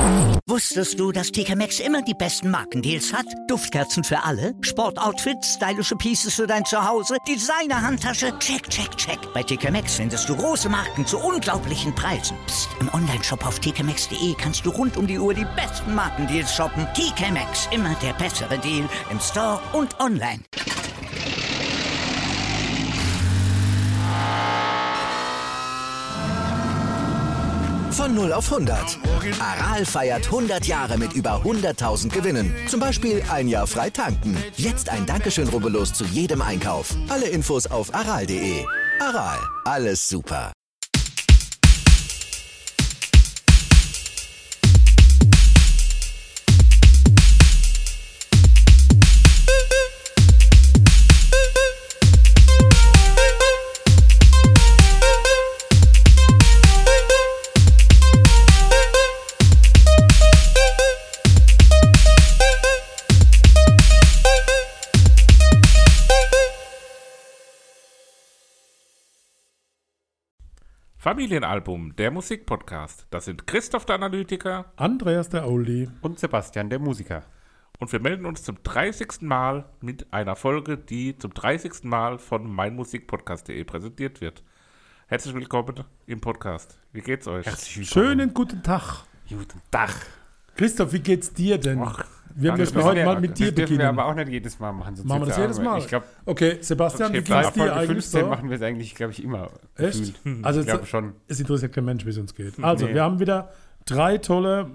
Wusstest du, dass TK Maxx immer die besten Markendeals hat? Duftkerzen für alle, Sportoutfits, stylische Pieces für dein Zuhause, Designer-Handtasche, check, check, check. Bei TK Maxx findest du große Marken zu unglaublichen Preisen. Psst. Im Onlineshop auf tkmaxx.de kannst du rund um die Uhr die besten Markendeals shoppen. TK Maxx, immer der bessere Deal im Store und online. Von 0 auf 100. Aral feiert 100 Jahre mit über 100.000 Gewinnen. Zum Beispiel ein Jahr frei tanken. Jetzt ein Dankeschön, rubbellos zu jedem Einkauf. Alle Infos auf aral.de. Aral, alles super. Familienalbum, der Musikpodcast. Das sind Christoph der Analytiker, Andreas der Oldie und Sebastian der Musiker. Und wir melden uns zum 30. Mal mit einer Folge, die zum 30. Mal von meinmusikpodcast.de präsentiert wird. Herzlich willkommen im Podcast. Wie geht's euch? Herzlich willkommen. Schönen guten Tag. Guten Tag. Christoph, wie geht's dir denn? Ach, wir möchten heute mal mit dir das dürfen wir beginnen. aber auch nicht jedes Mal machen. Machen wir das jedes Mal? Ich glaube, okay, Sebastian, wie geht's dir Folge eigentlich 15 so? machen wir es eigentlich, glaube ich, immer. Echt? Gefühlt. Also ich glaube schon. Es interessiert kein Mensch, wie es uns geht. Also, Nee. wir haben wieder 3 tolle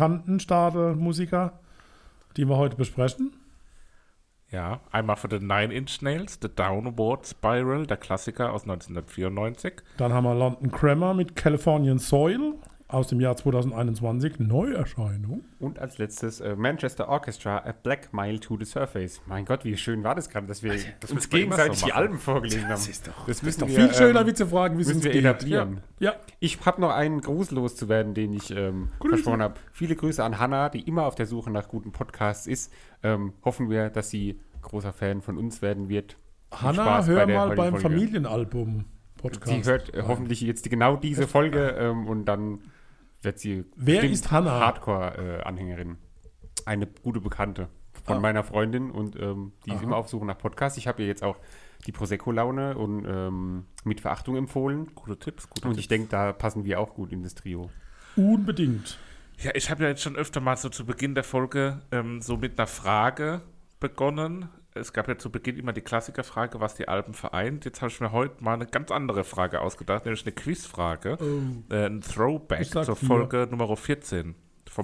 Musiker, die wir heute besprechen. Ja, einmal für den Nine Inch Nails, The Downward Spiral, der Klassiker aus 1994. Dann haben wir London Grammar mit Californian Soil aus dem Jahr 2021, Neuerscheinung. Und als letztes Manchester Orchestra, A Black Mile to the Surface. Mein Gott, wie schön war das gerade, dass wir uns müssen wir immer gegenseitig so die machen. Alben vorgelesen haben. Das müssen wir, Viel schöner, wie zu fragen, wie es müssen uns wir geht. etablieren. Ja. Ich habe noch einen Gruß loszuwerden, den ich versprochen habe. Viele Grüße an Hannah, die immer auf der Suche nach guten Podcasts ist. Hoffen wir, dass sie großer Fan von uns werden wird. Viel Hanna, Spaß hör bei der mal beim Folge. Familienalbum-Podcast. Sie hört hoffentlich jetzt genau diese Folge und dann wird sie Wer bestimmt ist Hannah? Hardcore-Anhängerin. Eine gute Bekannte von meiner Freundin und die ist immer auf Suche nach Podcasts. Ich habe ihr jetzt auch die Prosecco-Laune und mit Verachtung empfohlen. Gute Tipps. Und ich denke, da passen wir auch gut in das Trio. Unbedingt. Ja, ich habe ja jetzt schon öfter mal so zu Beginn der Folge so mit einer Frage begonnen. Es gab ja zu Beginn immer die Klassikerfrage, was die Alben vereint. Jetzt habe ich mir heute mal eine ganz andere Frage ausgedacht, nämlich eine Quizfrage. Ein Throwback zur Folge Nummer 14 vom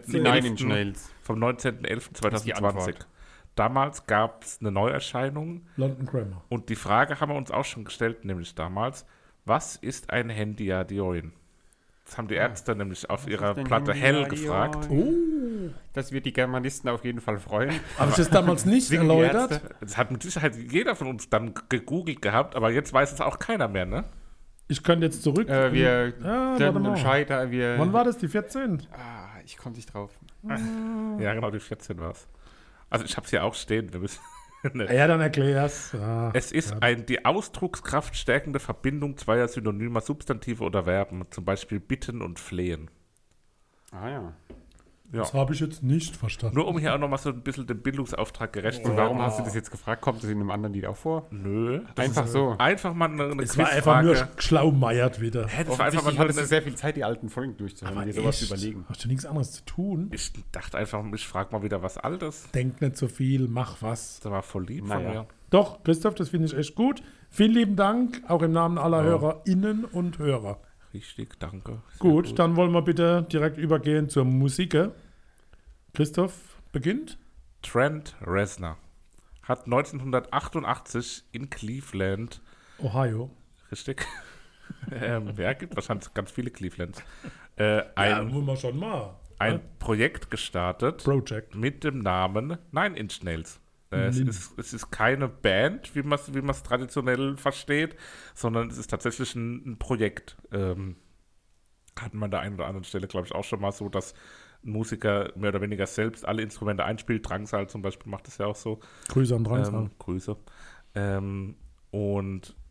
19.11.2020. Damals gab es eine Neuerscheinung. London Grammar. Und die Frage haben wir uns auch schon gestellt, nämlich damals, was ist ein Handyadion? Das haben die Ärzte nämlich auf ihrer Platte Hell gefragt. Das wird die Germanisten auf jeden Fall freuen. Habe ich das damals nicht Singen die erläutert? Ärzte? Das hat mit Sicherheit jeder von uns dann gegoogelt gehabt, aber jetzt weiß es auch keiner mehr, ne? Ich könnte jetzt zurück. Wir warte mal. Scheiter, Wann war das? Die 14? Ich komme nicht drauf. Ja, genau, die 14 war es. Also ich habe es hier auch stehen. Wir müssen Ja, dann erklär's. Es ist die Ausdruckskraft stärkende Verbindung zweier synonymer Substantive oder Verben, zum Beispiel bitten und flehen. Ah ja. Ja. Das habe ich jetzt nicht verstanden. Nur um hier auch nochmal so ein bisschen dem Bildungsauftrag gerecht zu Und werden. warum hast du das jetzt gefragt? Kommt das in einem anderen Lied auch vor? Nö. Einfach so. Einfach mal eine Es war einfach Quizfrage. nur schlaumeiert wieder. Das war einfach mal Ich hatte eine, sehr viel Zeit, die alten Folgen durchzuhören und mir sowas Echt? überlegen. Hast du nichts anderes zu tun? ich dachte einfach, ich frage mal wieder was Altes. Denk nicht so viel, mach was. Das war voll lieb von Naja. mir. Doch, Christoph, das finde ich echt gut. Vielen lieben Dank, auch im Namen aller HörerInnen und Hörer. Richtig, danke. Sehr Gut, dann wollen wir bitte direkt übergehen zur Musik. Christoph beginnt. Trent Reznor hat 1988 in Cleveland, Ohio. richtig? Ja, gibt wahrscheinlich ganz viele Clevelands. Muss man schon mal. Ein Projekt gestartet Project. mit dem Namen Nine Inch Nails. Es ist keine Band, wie man es traditionell versteht, sondern es ist tatsächlich ein Projekt. Hatten wir an der einen oder anderen Stelle, glaube ich, auch schon mal so, dass ein Musiker mehr oder weniger selbst alle Instrumente einspielt. Drangsal zum Beispiel macht das ja auch so. Grüße an Drangsal. Grüße. Und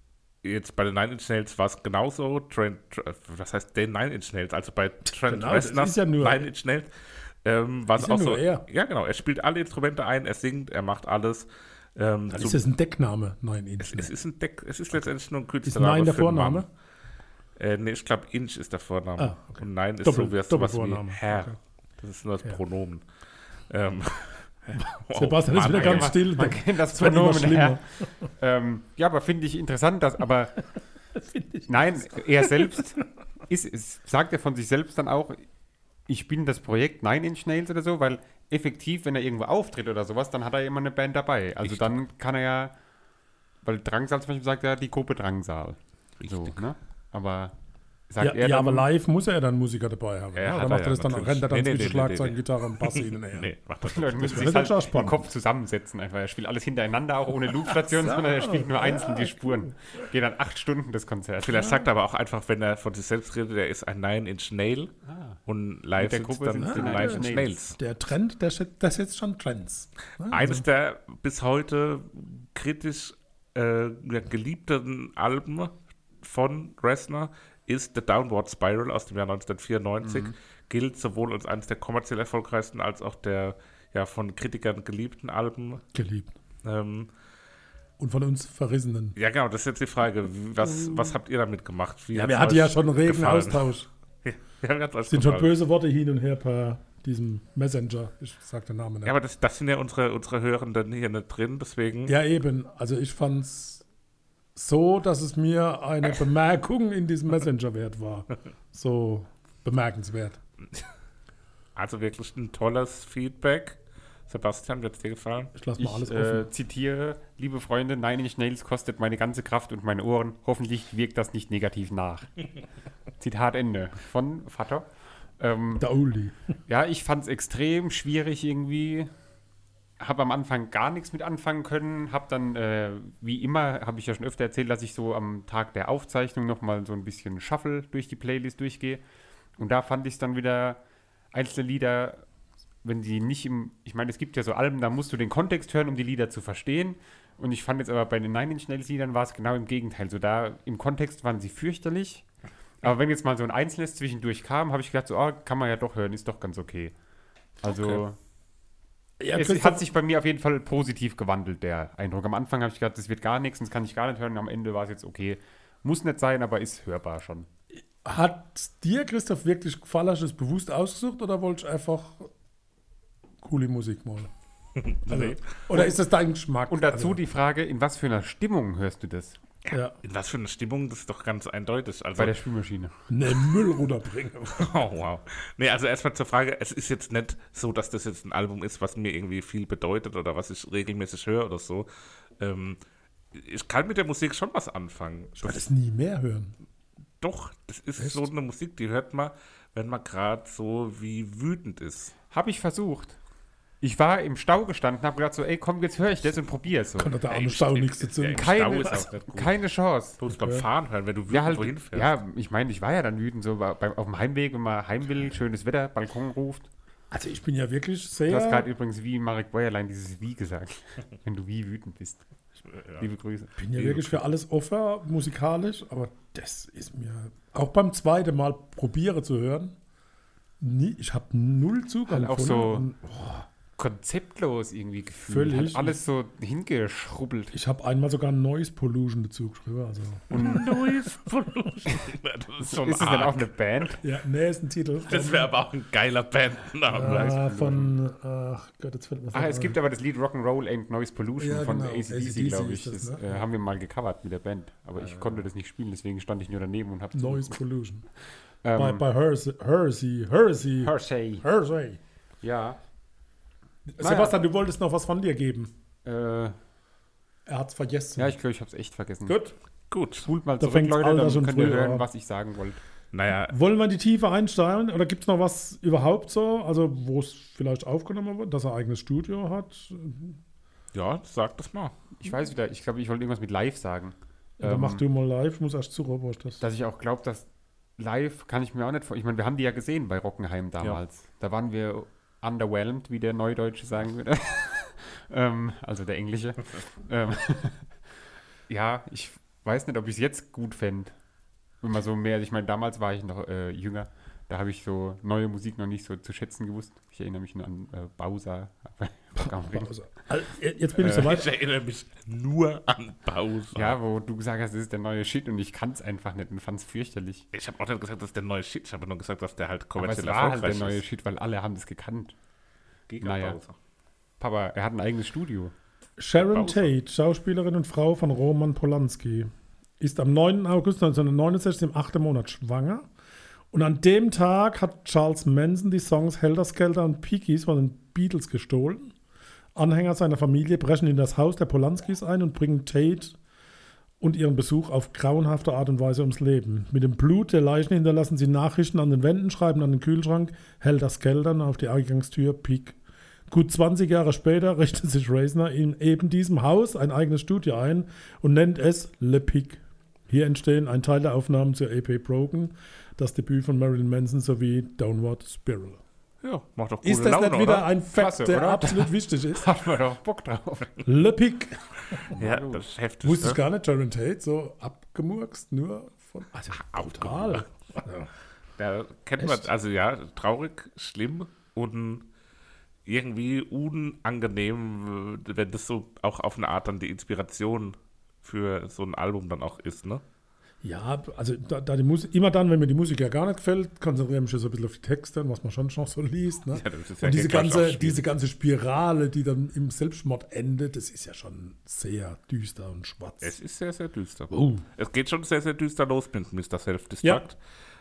jetzt bei den Nine Inch Nails war es genauso. Was heißt den Nine Inch Nails? Also bei Trent Genau, Reznor, das ist ja nur- Nine Inch Nails, war es ist ja auch nur so. er. Ja, genau. Er spielt alle Instrumente ein, er singt, er macht alles. Dann ist das ein Deckname, Nine Inch. Es ist letztendlich nur ein Ist Künstlername. Nine der für einen Mann. Vorname? Nee, ich glaube, Inch ist der Vorname. Ah, okay. Und Nine ist sowas wie Doppelvorname. Herr. Okay. Das ist nur das Ja. Pronomen. Sebastian ist wieder ganz still. Man kennt das wird immer Pronomen her. Ja, aber finde ich interessant, dass aber nein, er selbst sagt er von sich selbst dann auch, ich bin das Projekt Nine Inch Nails oder so, weil effektiv, wenn er irgendwo auftritt oder sowas, dann hat er immer eine Band dabei. Also dann kann er ja, weil Drangsal zum Beispiel sagt ja die Gruppe Drangsal. So, ne? Aber sagt er Ja, dann, aber live muss er dann Musiker dabei haben. Ja, Oder hat macht er er das ja, dann, natürlich. rennt er dann Nee, zwischen Schlagzeug, Gitarre und Bass hin und her? Nee, macht das die Leute müssen Das sich wäre halt schon im spannend. Kopf zusammensetzen. Einfach. Er spielt alles hintereinander, auch ohne Loopstation, sondern er spielt nur einzeln die Spuren. Geht dann 8 Stunden das Konzert. Vielleicht sagt er aber auch einfach, wenn er von sich selbst redet, er ist ein Nine Inch Nail und live Mit der sitzt Gruppe dann sind die die Nine Inch Nails. Der Trend, der setzt schon Trends. Ne? Eines der bis heute kritisch geliebten Alben von Reznor ist The Downward Spiral aus dem Jahr 1994. Gilt sowohl als eines der kommerziell erfolgreichsten als auch der von Kritikern geliebten Alben. Geliebt. Ähm, Und von uns Verrissenen. ja, genau, das ist jetzt die Frage. Was habt ihr damit gemacht? Ja, wir hatten ja schon einen regen gefallen? Austausch. Ja, wie hat's euch Sind schon gefallen? böse Worte hin und her per diesem Messenger. Ich sag den Namen nicht. Ja, aber das sind ja unsere Hörenden hier nicht drin, deswegen. Ja, eben. Also ich fand's so, dass es mir eine Bemerkung in diesem Messenger wert war. So bemerkenswert. Also wirklich ein tolles Feedback. Sebastian, wird es dir gefallen? Ich lasse mal alles Ich offen. zitiere, liebe Freunde, Nine Inch Nails kostet meine ganze Kraft und meine Ohren. Hoffentlich wirkt das nicht negativ nach. Zitat Ende von Vater. Der Oldie. Ja, ich fand es extrem schwierig irgendwie. Habe am Anfang gar nichts mit anfangen können. Habe dann, wie immer, habe ich ja schon öfter erzählt, dass ich so am Tag der Aufzeichnung nochmal so ein bisschen Shuffle durch die Playlist durchgehe. Und da fand ich es dann wieder einzelne Lieder, wenn die nicht ich meine, es gibt ja so Alben, da musst du den Kontext hören, um die Lieder zu verstehen. Und ich fand jetzt aber bei den Nine Inch Nails Liedern war es genau im Gegenteil. So da im Kontext waren sie fürchterlich. Aber wenn jetzt mal so ein Einzelnes zwischendurch kam, habe ich gedacht, so, kann man ja doch hören, ist doch ganz okay. Also Okay. Ja, es Christoph, hat sich bei mir auf jeden Fall positiv gewandelt, der Eindruck. Am Anfang habe ich gedacht, das wird gar nichts, das kann ich gar nicht hören. Am Ende war es jetzt okay. Muss nicht sein, aber ist hörbar schon. hat dir, Christoph, wirklich gefallen? Hast du es bewusst ausgesucht oder wolltest du einfach coole Musik machen? Also, Nee. oder ist das dein Geschmack? Und dazu also, die Frage, in was für einer Stimmung hörst du das? ja, In was für eine Stimmung, das ist doch ganz eindeutig. Also, Bei der Spülmaschine. ne Müll runterbringen. oh, wow. Nee, also erstmal zur Frage, es ist jetzt nicht so, dass das jetzt ein Album ist, was mir irgendwie viel bedeutet oder was ich regelmäßig höre oder so. Ich kann mit der Musik schon was anfangen. Ich werde es nie mehr hören. Doch, das ist Echt? so eine Musik, die hört man, wenn man gerade so wie wütend ist. Habe ich versucht. Ich war im Stau gestanden, habe gedacht so, ey, komm, jetzt höre ich das und probier es so. Kann doch der Ey, arme Stau nichts dazu. ja, im Stau Keine, ist auch nicht gut. keine Chance. Du musst beim Fahren hören, wenn du wütend Ja, halt, wohin fährst. ja, ich meine, ich war ja dann wütend, so auf dem Heimweg, wenn man heim will, schönes Wetter, Balkon ruft. Also ich bin ja wirklich Du hast sehr... gerade übrigens wie Marek Bäuerlein dieses Wie gesagt, wenn du wie wütend bist. Ja. Liebe Grüße. Ich bin ja wirklich für alles offen, musikalisch, aber das ist mir auch beim zweiten Mal probiere zu hören. Nie, ich habe null Zugang. Halt auch gefunden so- und, Konzeptlos irgendwie gefühlt. Völlig. Hat alles so hingeschrubbelt. ich habe einmal sogar Noise Pollution dazu geschrieben. Also. Noise Pollution. Das ist schon Ist es denn auch arg. eine Band? Ja, nee, ist ein Titel. Das wäre aber auch ein geiler Bandname. Von, ach Gott, jetzt fällt mir das Es gibt aber das Lied Rock'n'Roll Ain't Noise Pollution Ja, von genau. AC/DC, AC/DC glaube ich. ist das, Das ne? haben wir mal gecovert mit der Band. Aber ich konnte das nicht spielen, deswegen stand ich nur daneben und habe Noise Pollution. Ähm, Bei Hersey. Hershey. Ja. Sebastian, du wolltest noch was von dir geben. Ja, Er hat's vergessen. ich glaube, ich habe es echt vergessen. Gut. Gut. Spult mal Da zurück, fängt's Leute, Alter dann schon könnt ihr früher hören, an. was ich sagen wollte. Naja, Wollen wir in die Tiefe einsteigen? Oder gibt es noch was überhaupt so? Also, wo es vielleicht aufgenommen wird, dass er ein eigenes Studio hat? ja, sag das mal. Ich weiß wieder, ich glaube, ich wollte irgendwas mit live sagen. Dann mach du mal live. Ich muss erst zu wo ist das? Dass ich auch glaube, dass live kann ich mir auch nicht vor. Ich meine, wir haben die ja gesehen bei Rockenheim damals. Da waren wir underwhelmed, wie der Neudeutsche sagen würde. Also der Englische. Ja, weiß nicht, ob ich es jetzt gut fände. Immer so mehr, ich meine, damals war ich noch jünger. Da habe ich so neue Musik noch nicht so zu schätzen gewusst. Ich erinnere mich nur an Bowser. Bowser. Jetzt bin ich soweit. Ich erinnere mich nur an Bowser. Ja, wo du gesagt hast, das ist der neue Shit und ich kann es einfach nicht und fand es fürchterlich. Ich habe auch nicht gesagt, das ist der neue Shit. Ich habe nur gesagt, dass der halt Aber es kommerziell war halt erfolgreich der neue ist. Shit, weil alle haben das gekannt. Giga Naja. Bowser. Papa, er hat ein eigenes Studio. Sharon Bowser. Tate, Schauspielerin und Frau von Roman Polanski, ist am 9. August 1969 im 8. Monat schwanger. Und an dem Tag hat Charles Manson die Songs Helter Skelter und Piggies von den Beatles gestohlen. Anhänger seiner Familie brechen in das Haus der Polanskis ein und bringen Tate und ihren Besuch auf grauenhafte Art und Weise ums Leben. Mit dem Blut der Leichen hinterlassen sie Nachrichten an den Wänden, schreiben an den Kühlschrank Helter Skelter und auf die Eingangstür Pig. Gut 20 Jahre später richtet sich Reisner in eben diesem Haus ein eigenes Studio ein und nennt es Le Pig. Hier entstehen ein Teil der Aufnahmen zur EP Broken, das Debüt von Marilyn Manson sowie Downward Spiral. Ja, macht doch gute Ist das Laune, nicht wieder oder? ein Fakt, Klasse, der oder? absolut wichtig ist? Hat man doch Bock drauf. Le Pig. Ja, das ist heftig. Wusste ich ne? gar nicht, Sharon Tate so abgemurkst, nur von... Also, brutal. Da kennt man, Echt? also ja, traurig, schlimm und irgendwie unangenehm, wenn das so auch auf eine Art dann die Inspiration für so ein Album dann auch ist, ne? Ja, also da die Musik, immer dann, wenn mir die Musik ja gar nicht gefällt, konzentriere ich mich ja so ein bisschen auf die Texte und was man schon noch so liest. Ne? Ja, das ist ja und hier gleich auch schwierig. diese ganze Spirale, die dann im Selbstmord endet, das ist ja schon sehr düster und schwarz. Es ist sehr, sehr düster. Oh. Es geht schon sehr, sehr düster los mit Mr. Self-Destruct.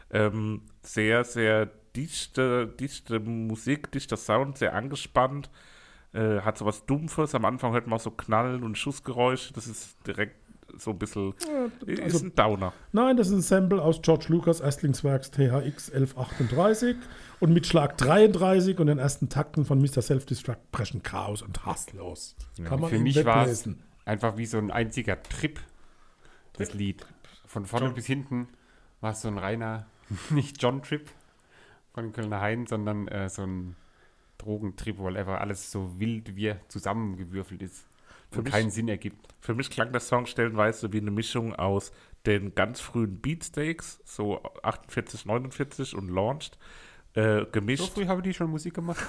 Sehr, sehr dichte Musik, dichter Sound, sehr angespannt. Hat so was Dumpfes. Am Anfang hört man auch so Knallen und Schussgeräusche. Das ist direkt so ein bisschen, ist also- ein Downer. Nein, das ist ein Sample aus George Lucas Erstlingswerks THX 1138 und mit Schlag 33 und den ersten Takten von Mr. Self-Destruct brechen Chaos und Hass los. Kann man Für im mich Web war es lesen. einfach wie so ein einziger Trip, das Lied. Von vorne bis hinten war es so ein reiner, nicht John-Trip von Kölner Hain, sondern so ein Drogentrip, weil einfach alles so wild wie zusammengewürfelt ist und mich- keinen Sinn ergibt. Für mich klang der Song stellenweise wie eine Mischung aus den ganz frühen Beatsteaks, so 48, 49 und Launched, So gemischt früh habe die schon Musik gemacht.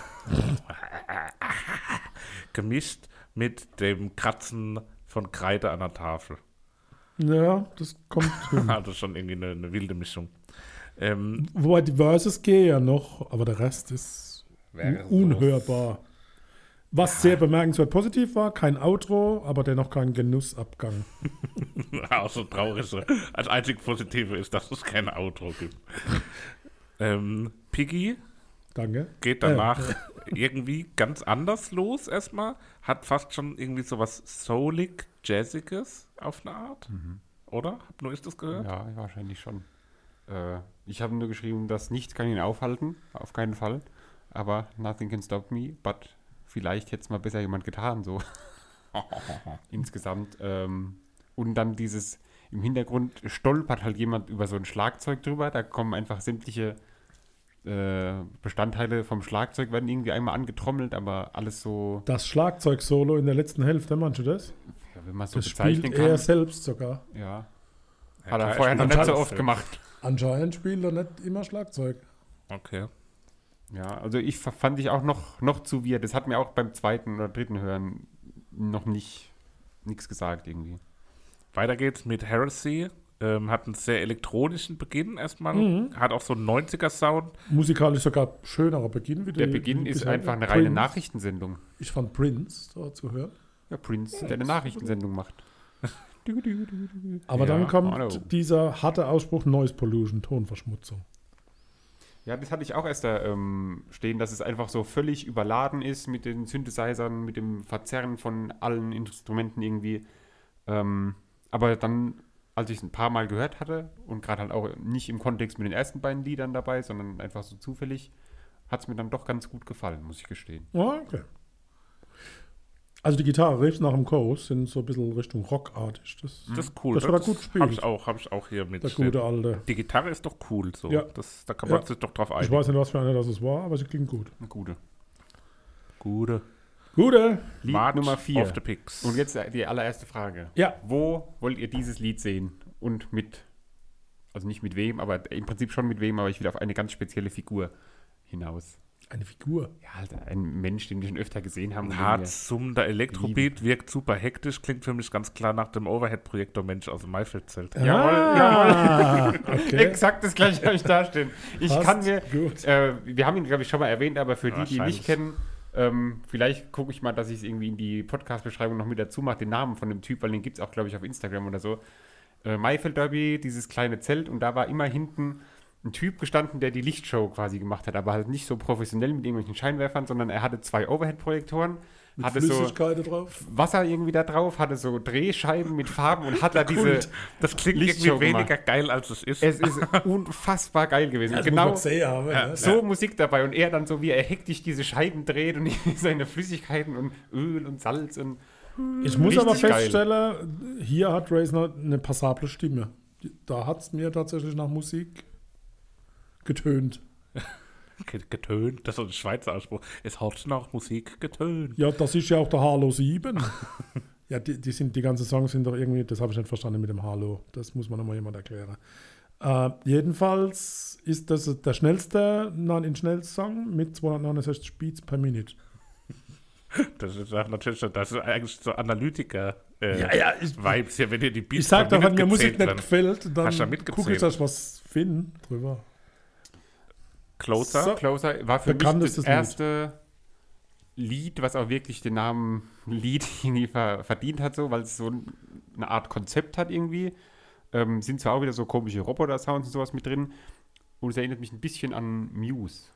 mit dem Kratzen von Kreide an der Tafel. Ja, das kommt hin. Also schon irgendwie eine wilde Mischung. Wobei die Verses gehen ja noch, aber der Rest ist Wäre so- unhörbar. Was sehr bemerkenswert positiv war, kein Outro, aber dennoch kein Genussabgang. Auch so traurig. Als einzig Positive ist, dass es kein Outro gibt. Piggy Danke. geht danach irgendwie ganz anders los erstmal. Hat fast schon irgendwie so was Soulig, Jazziges auf eine Art. Oder? Hab nur ich das gehört? Ja, wahrscheinlich schon. Ich habe nur geschrieben, dass nichts kann ihn aufhalten, auf keinen Fall. Aber nothing can stop me, but vielleicht hätte es mal besser jemand getan, so insgesamt. Und dann dieses, im Hintergrund stolpert halt jemand über so ein Schlagzeug drüber, da kommen einfach sämtliche Bestandteile vom Schlagzeug, werden irgendwie einmal angetrommelt, aber alles so, Das Schlagzeug-Solo in der letzten Hälfte, meinst du das? ja, wenn man es so Das bezeichnen spielt kann. er selbst sogar. Ja. Ja, Hat er klar, vorher noch spielt nicht so alles oft selbst. gemacht. Anscheinend spielt er nicht immer Schlagzeug. Okay. Ja, also fand ich auch noch zu weird. Das hat mir auch beim zweiten oder dritten Hören noch nichts gesagt irgendwie. Weiter geht's mit Heresy. Hat einen sehr elektronischen Beginn erstmal. Hat auch so einen 90er-Sound. Musikalisch sogar schönerer Beginn. Wie Der die- Beginn wie ist bisher. einfach eine reine Prince. Nachrichtensendung. Ich fand Prince da zu hören. Ja, Prince, der eine Nachrichtensendung macht. Aber Ja, dann kommt hallo. dieser harte Ausspruch Noise Pollution, Tonverschmutzung. Ja, das hatte ich auch erst da stehen, dass es einfach so völlig überladen ist mit den Synthesizern, mit dem Verzerren von allen Instrumenten irgendwie. Aber dann, als ich es ein paar Mal gehört hatte und gerade halt auch nicht im Kontext mit den ersten beiden Liedern dabei, sondern einfach so zufällig, hat es mir dann doch ganz gut gefallen, muss ich gestehen. Ah, okay. Also die Gitarre-Riffs nach dem Chorus sind so ein bisschen Richtung Rockartig. Das Das ist cool. Das wird gut gespielt. Hab ich auch hier mit. der gute alte. Die Gitarre ist doch cool. So. Ja. Da kann man Ja. sich doch drauf Ich einigen. weiß nicht, was für eine das es war, aber sie klingt gut. Eine gute. Gute. Gute. Lied March Nummer 4. of the Pigs. Und jetzt die allererste Frage. Ja. Wo wollt ihr dieses Lied sehen? Und mit, also nicht mit wem, aber im Prinzip schon mit wem, aber ich will auf eine ganz spezielle Figur hinaus. Eine Figur. Ja, halt ein Mensch, den wir schon öfter gesehen haben. und den Hart wir- summender Elektrobeat, wirkt super hektisch, klingt für mich ganz klar nach dem Overhead-Projektor-Mensch aus dem Maifeldzelt. Ah, okay. Exakt das gleiche habe ich da stehen. Ich Passt. kann mir, Gut. wir haben ihn, glaube ich, schon mal erwähnt, aber für die Wahrscheinlich. nicht kennen, vielleicht gucke ich mal, dass ich es irgendwie in die Podcast-Beschreibung noch mit dazu mache, den Namen von dem Typ, weil den gibt es auch, glaube ich, auf Instagram oder so. Maifeld Derby, dieses kleine Zelt, und da war immer hinten ein Typ gestanden, der die Lichtshow quasi gemacht hat, aber halt nicht so professionell mit irgendwelchen Scheinwerfern, sondern er hatte 2 Overhead-Projektoren, Mit hatte so Flüssigkeit drauf. Wasser irgendwie da drauf, hatte so Drehscheiben mit Farben und hat da diese Das klingt Lichtshow irgendwie weniger gemacht. geil, als es ist. Es ist unfassbar geil gewesen. Das Genau muss man gesehen haben, ne? so Musik dabei und er dann so, wie er hektisch diese Scheiben dreht und seine Flüssigkeiten und Öl und Salz und Ich muss aber Richtig geil. feststellen, hier hat Reisner eine passable Stimme. Da hat es mir tatsächlich nach Musik getönt. Getönt, das ist so ein Schweizer Ausspruch. Es hat nach Musik getönt. Ja, das ist ja auch der Halo 7. Ja, die ganzen Songs sind doch irgendwie, das habe ich nicht verstanden mit dem Halo. Das muss man nochmal jemand erklären. Jedenfalls ist das der schnellste Nine-Inch-Nails-Song mit 269 Beats per Minute. Das ist auch natürlich, das ist eigentlich so Analytiker ich Vibes hier, wenn ihr die Beats sag doch, per wenn mir Minute Musik gezählt nicht werden. gefällt, dann Hast du da mitgezählt? gucke ich, dass ich was finde drüber. Closer. So. Closer war für mich Bekanntestes das erste Lied, was auch wirklich den Namen Lied irgendwie verdient hat, so, weil es so eine Art Konzept hat irgendwie. Sind zwar auch wieder so komische Roboter-Sounds und sowas mit drin und es erinnert mich ein bisschen an Muse.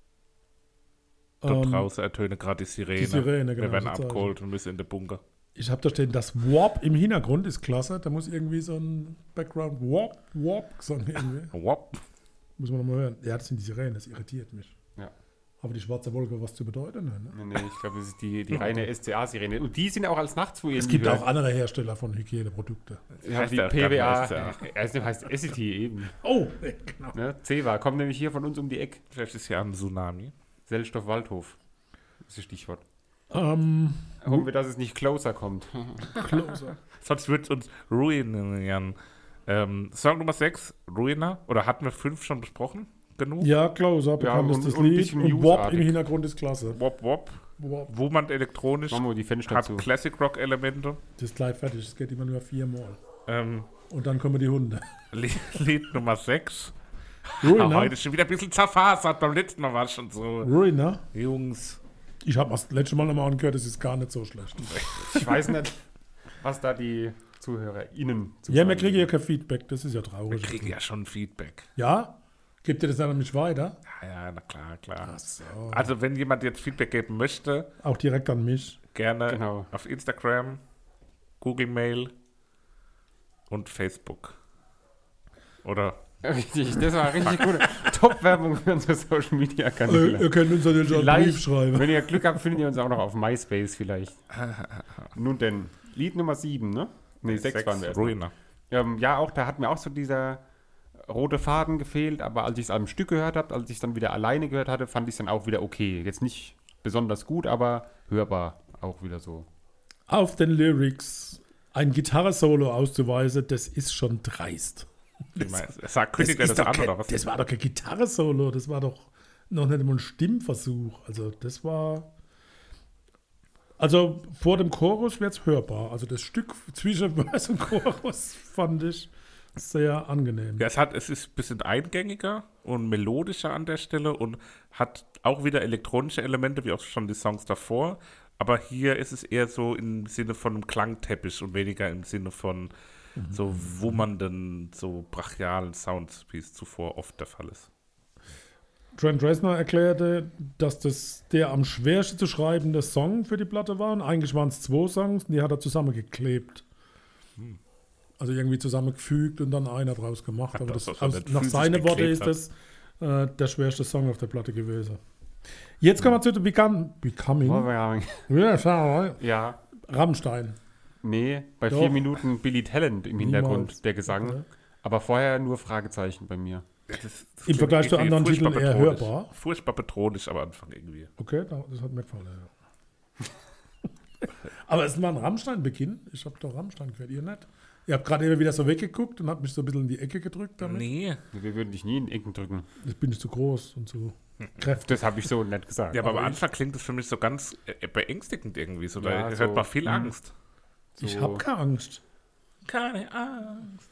Dort draußen ertöne gerade die Sirene. Die Sirene, genau, Wir werden sozusagen. abgeholt und müssen in den Bunker. Ich habe da stehen, das Warp im Hintergrund ist klasse. Da muss irgendwie so ein Background Warp-Song irgendwie. Wop. Muss man nochmal hören. Ja, das sind die Sirenen, das irritiert mich. Ja. Aber die schwarze Wolke, was zu bedeuten? Ne? Nee, ich glaube, das ist die reine SCA-Sirene. Und die sind auch als Nachtruhe. Es gibt auch andere Hersteller von Hygieneprodukten. Ja, Heißt die der gar PWA. nicht Es heißt SCT eben. Oh, genau. Ne? CEWA kommt nämlich hier von uns um die Ecke. Vielleicht ist ja ein Tsunami. Sellstoff Waldhof. Das ist das Stichwort. Hm? Hoffen wir, dass es nicht closer kommt. Closer. Sonst wird es uns ruinieren. Song Nummer 6, Ruiner. Oder hatten wir 5 schon besprochen? Genug? Ja, Closer, bekannt und- ist das und ein Lied. bisschen Und Warp Muse-artig. im Hintergrund ist klasse. Wop, wop. Warp. Wummernd elektronisch. Machen wir die Fenster Hat zu. Classic Rock Elemente. Das ist gleich fertig. Es geht immer nur 4 Mal. Ähm, Und dann kommen die Hunde. Lied Nummer 6. Ruiner. Heute ist schon wieder ein bisschen zerfasert. Beim letzten Mal war es schon so. Ruiner. Jungs. Ich habe das letzte Mal nochmal angehört, das ist gar nicht so schlecht. Ich weiß nicht, was da die ZuhörerInnen zu Ja, wir sagen. kriegen ja kein Feedback, das ist ja Wir traurig. kriegen ja schon Feedback. Ja? Gebt ihr das dann an mich weiter? Ja, na klar, klar. Ach so. Also, wenn jemand jetzt Feedback geben möchte, Auch direkt an mich. gerne Genau. auf Instagram, Google Mail und Facebook. Oder Richtig, das war richtig gute Top-Werbung für unsere Social-Media-Kanäle. Ihr könnt uns natürlich auch einen Brief schreiben. wenn ihr Glück habt, findet ihr uns auch noch auf MySpace vielleicht. Nun denn, Lied Nummer 7, ne? Ne, 6 waren wir erst. Ruiner. Ja, auch da hat mir auch so dieser rote Faden gefehlt, aber als ich es am Stück gehört habe, als ich es dann wieder alleine gehört hatte, fand ich es dann auch wieder okay. Jetzt nicht besonders gut, aber hörbar auch wieder so. Auf den Lyrics ein Gitarre-Solo auszuweisen, das ist schon dreist. Ich meine, kündigt er das doch an kein, oder was? das war doch kein Gitarre-Solo, das war doch noch nicht einmal ein Stimmversuch. Also das war... Also vor dem Chorus wird es hörbar. Also das Stück zwischen Vers und Chorus fand ich sehr angenehm. Ja, es ist ein bisschen eingängiger und melodischer an der Stelle und hat auch wieder elektronische Elemente, wie auch schon die Songs davor. Aber hier ist es eher so im Sinne von einem Klangteppich und weniger im Sinne von so wummernden, so brachialen Sounds, wie es zuvor oft der Fall ist. Trent Reznor erklärte, dass das der am schwersten zu schreibende Song für die Platte war. Und eigentlich waren es 2 Songs und die hat er zusammengeklebt. Also irgendwie zusammengefügt und dann einer draus gemacht. Hat Aber das das, auch so nicht nach physisch seinen Worten geklebt ist hat. das der schwerste Song auf der Platte gewesen. Jetzt kommen wir zu The Becoming. Ja, Rammstein. nee, bei Doch. 4 Minuten Billy Talent im Hintergrund, Niemals. der Gesang. Okay. Aber vorher nur Fragezeichen bei mir. Das Im Vergleich zu irgendwie anderen furchtbar Titeln eher bedrohlich. hörbar. Furchtbar bedrohlich am Anfang irgendwie. Okay, das hat mir gefallen. Ja. Aber es war ein Rammstein-Beginn. Ich habe doch Rammstein gehört, ihr nicht? Ihr habt gerade immer wieder so weggeguckt und habt mich so ein bisschen in die Ecke gedrückt damit. Nee. Wir würden dich nie in Ecken drücken. Ich bin nicht zu groß und zu kräftig. Das habe ich so nicht gesagt. Ja, aber am Anfang klingt das für mich so ganz beängstigend irgendwie. So, Ja, da so, hört man viel Angst. So, Ich habe keine Angst. Keine Angst.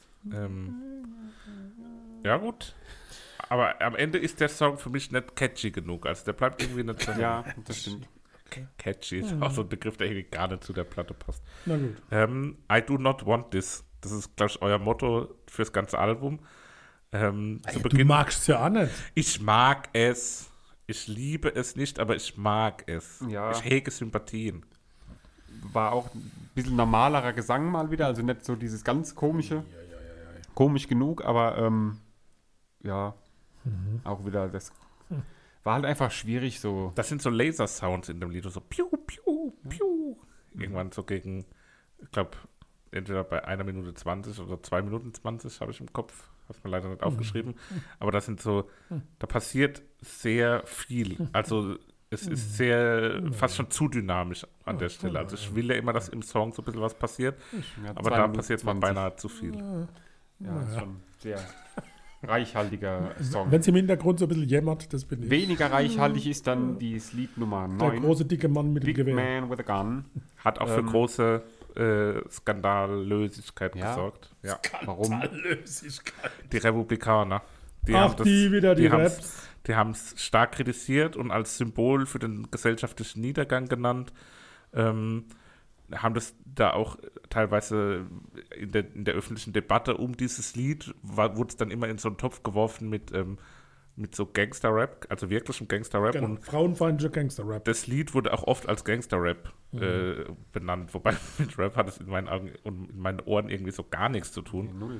Ja, gut. Aber am Ende ist der Song für mich nicht catchy genug. Also der bleibt irgendwie nicht so Ja, das stimmt. catchy. Ist auch so ein Begriff, der irgendwie gar nicht zu der Platte passt. Na gut. I do not want this. Das ist, glaube ich, euer Motto fürs ganze Album. Zu Du Beginn, magst es ja auch nicht. ich mag es. Ich liebe es nicht, aber ich mag es. Ja. Ich hege Sympathien. War auch ein bisschen normalerer Gesang mal wieder, also nicht so dieses ganz komische. Komisch genug, aber ja, auch wieder das war halt einfach schwierig so. Das sind so Laser-Sounds in dem Lied. So piu, piu, piu. Irgendwann so gegen, ich glaube, entweder bei 1 Minute 20 oder 2 Minuten 20 habe ich im Kopf. Hast mir leider nicht aufgeschrieben. Aber das sind so, da passiert sehr viel. Also es ist sehr, fast schon zu dynamisch an der Stelle. Also ich will ja immer, dass im Song so ein bisschen was passiert. Ja, Aber 2 da Minuten passiert mal 20. beinahe zu viel. Ja, ist schon sehr reichhaltiger Song. Wenn es im Hintergrund so ein bisschen jämmert, das bin ich. Weniger reichhaltig ist dann das Lied Nummer Der 9. große, dicke Mann mit dem Big Gewehr. Man with a Gun. Hat auch für große Skandalösigkeit Ja. gesorgt. Ja. Warum? Die Republikaner. Ach, die wieder, die haben's- Raps. Die haben es stark kritisiert und als Symbol für den gesellschaftlichen Niedergang genannt. Haben das da auch teilweise in der öffentlichen Debatte um dieses Lied, wurde es dann immer in so einen Topf geworfen mit so Gangster-Rap, also wirklichem Gangster-Rap. Genau. Und Frauenfeindlicher Gangster-Rap. das Lied wurde auch oft als Gangster-Rap benannt, wobei mit Rap hat es in meinen Augen und in meinen Ohren irgendwie so gar nichts zu tun. Null.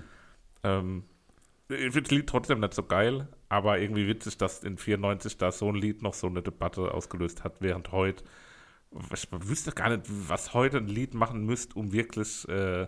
Ich finde das Lied trotzdem nicht so geil, aber irgendwie witzig, dass in 94 da so ein Lied noch so eine Debatte ausgelöst hat, während heute, ich wüsste gar nicht, was heute ein Lied machen müsste, um wirklich,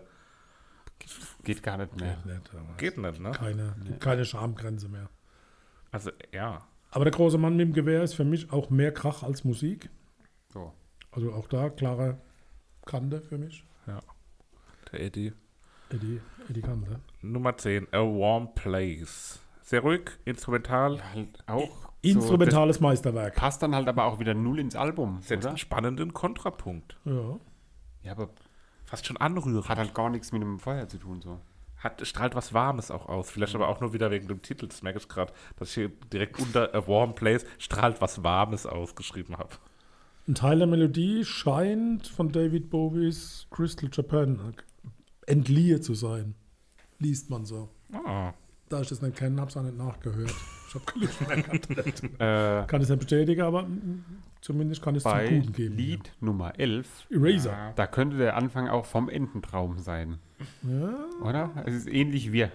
Geht gar nicht mehr. Nicht, aber geht nicht, ne? gibt keine Schamgrenze mehr. Also, ja. Aber der große Mann mit dem Gewehr ist für mich auch mehr Krach als Musik. So. Also auch da klare Kante für mich. Ja. Der Eddie. Eddie Kante. Nummer 10, A Warm Place. Sehr ruhig, instrumental, Halt auch. Instrumentales Meisterwerk. Passt dann halt aber auch wieder null ins Album, setzt oder? einen spannenden Kontrapunkt. Ja. Ja, aber Fast schon anrührend. hat halt gar nichts mit dem Feuer zu tun, so. Strahlt was Warmes auch aus. Vielleicht aber auch nur wieder wegen dem Titel. Das merke ich gerade, dass ich hier direkt unter A Warm Place strahlt was Warmes ausgeschrieben habe. Ein Teil der Melodie scheint von David Bowies Crystal Japan entliehen zu sein. Liest man so. Ah. Da ich das nicht kenne, habe ich es auch nicht nachgehört. Ich habe gelesen. Äh, Kann ich es nicht bestätigen, aber zumindest kann ich es zum bei Guten geben. Lied Nummer 11, Eraser. da könnte der Anfang auch vom Ententraum sein. Ja. Oder? Es ist ähnlich wie.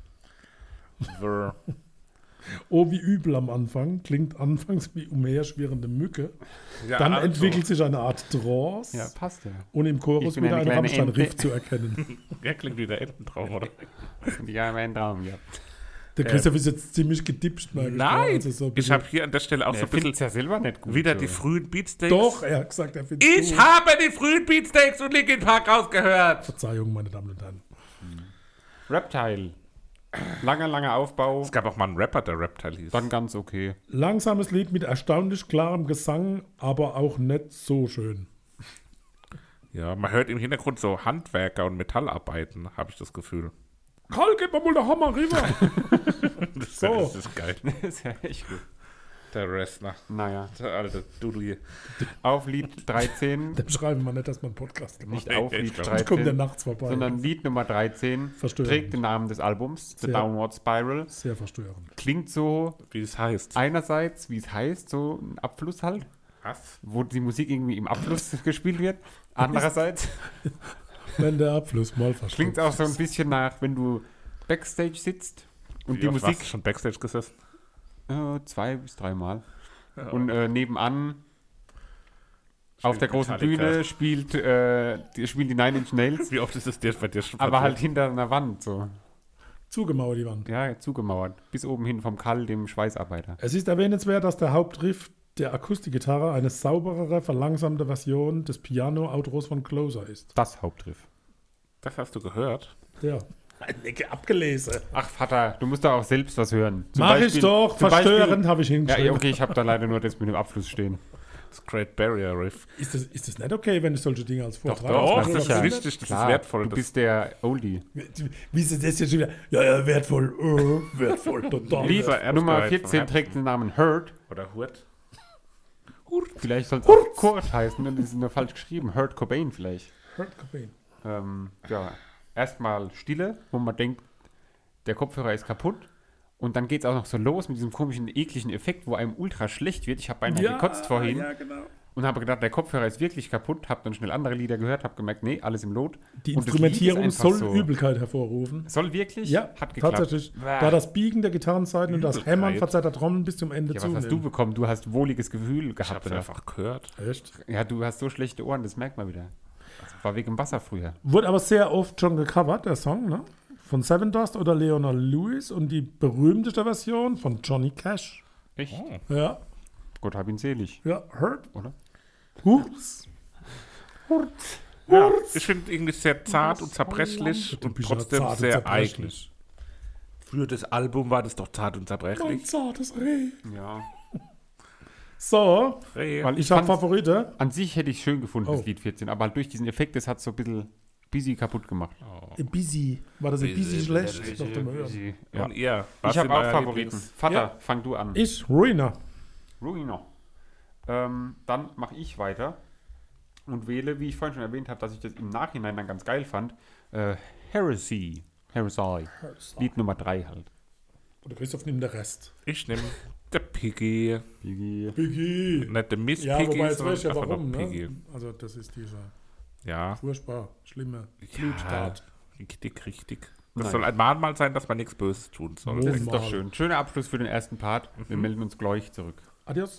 Oh, wie übel am Anfang. Klingt anfangs wie umherschwirrende Mücke. Ja, Dann also, entwickelt sich eine Art Trance. Ja, passt ja. Und im Ich Chorus bin wieder eine ein kleine Rammstein-Riff Ente. zu erkennen. Ja, klingt wie der Ententraum, oder? Ja, mein Traum, ja. Der Christoph ist jetzt ziemlich gedipscht. merke ich mal. Nein! Also so ein Ich bisschen- habe hier an der Stelle auch so Er ein bisschen findet es ja selber nicht gut. wieder so. die frühen Beatsteaks. Doch, er hat gesagt, er findet Ich habe die frühen Beatsteaks und Linkin Park rausgehört. Verzeihung, meine Damen und Herren. Reptile. Langer Aufbau. Es gab auch mal einen Rapper, der Reptile hieß. Dann ganz okay. Langsames Lied mit erstaunlich klarem Gesang, aber auch nicht so schön. Ja, man hört im Hintergrund so Handwerker und Metallarbeiten, habe ich das Gefühl. Karl, gib mir mal den Hammer rüber. Das So. das ist geil. Das ist ja echt gut. Der Ressner. Naja. Der alte Dudel. Auf Lied 13. Dem schreiben wir nicht, dass man einen Podcast gemacht Nicht Nee, auf ich Lied glaub, hat. Kommt der 13. nachts vorbei. Sondern Lied Nummer 13 Verstörend. trägt den Namen des Albums, The Sehr. Downward Spiral. Sehr verstörend. Klingt so Wie es heißt. einerseits, wie es heißt, so ein Abfluss halt, Was? wo die Musik irgendwie im Abfluss gespielt wird. Andererseits Wenn der Abfluss mal verschwindet. klingt es auch so ein bisschen nach, wenn du Backstage sitzt und die Wie oft Musik warst du schon Backstage gesessen? 2 bis 3 Mal. Und nebenan auf der großen Metallica. Bühne spielen die Nine Inch Nails, Wie oft ist es dir bei dir schon aber halt passiert? hinter einer Wand so. Zugemauert die Wand. Ja, zugemauert. Bis oben hin vom Kall, dem Schweißarbeiter. Es ist erwähnenswert, dass der Hauptriff der Akustikgitarre eine sauberere, verlangsamte Version des Piano-Outros von Closer ist. Das Hauptriff. Das hast du gehört? Ja. Abgelesen. Ach, Vater, du musst doch auch selbst was hören. Mach ich doch. Verstörend habe ich hingeschrieben. Ja, okay, ich habe da leider nur das mit dem Abfluss stehen. Das Great Barrier Reef. Ist das nicht okay, wenn ich solche Dinge als Vortrag Doch, mache? das ist wichtig, das ist wertvoll. Du bist der Oldie. Wie ist das jetzt schon wieder? Ja, wertvoll. Wertvoll, total. Lied Nummer 14 trägt den Namen Hurt. Oder Hurt. Vielleicht soll es auch Kurt heißen, denn das ist nur falsch geschrieben. Hurt Cobain vielleicht. Hurt Cobain. Ja, erstmal Stille, wo man denkt, der Kopfhörer ist kaputt. Und dann geht es auch noch so los mit diesem komischen, ekligen Effekt, wo einem ultra schlecht wird. Ich habe beinahe gekotzt vorhin. Ja, genau. Und habe gedacht, der Kopfhörer ist wirklich kaputt. Habe dann schnell andere Lieder gehört, habe gemerkt, nee, alles im Lot. Die Und das Lied ist Instrumentierung einfach soll so, Übelkeit hervorrufen. Soll wirklich? Ja, Hat geklappt. tatsächlich. Da das Biegen der Gitarrenseiten und das Übelkeit. Hämmern verzerrter Trommeln bis zum Ende Ja, was hast du bekommen? Du hast wohliges Gefühl Ich gehabt. hab's Oder? einfach gehört. Echt? Ja, du hast so schlechte Ohren, das merkt man wieder. Das war wegen dem Wasser früher. Wurde aber sehr oft schon gecovert, der Song, ne? Von Seven Dust oder Leona Lewis und die berühmteste Version von Johnny Cash. Echt? Ja, Gott hab ihn selig. ja, Hurt. Oder? Hurts. Ja, ich finde irgendwie sehr zart und zerbrechlich Du und bist ja trotzdem zart und sehr zerbrechlich. eigen. Für das Album war das doch zart und Mein zerbrechlich. zartes Reh. Ja. So, Weil ich habe fand's- Favorite. An sich hätte ich schön gefunden, Oh. das Lied 14, aber halt durch diesen Effekt, das hat so ein bisschen busy kaputt gemacht. Busy. War das ein busy schlecht? Doch, mal hören. Busy. Ja. Und ihr? Was Ich habe sind auch euer Favoriten. Lieblings- Vater, Ja. fang du an. Ich, Ruiner. Ruino. Dann mache ich weiter und wähle, wie ich vorhin schon erwähnt habe, dass ich das im Nachhinein dann ganz geil fand, Heresy. Lied Nummer 3 halt. Oder Christoph nimmt den Rest. Ich nehme der Piggy. Piggy. Nicht der Miss Ja, Piggy, wobei jetzt sondern weiß ich ja einfach warum, nur ne? Piggy. Also das ist dieser Ja, furchtbar schlimme ja, Bluttat. richtig. Das Nein. soll ein Mahnmal sein, dass man nichts Böses tun soll. Oh. Das ist doch Mal. schön. Schöner Abschluss für den ersten Part. Wir melden uns gleich zurück. Adios.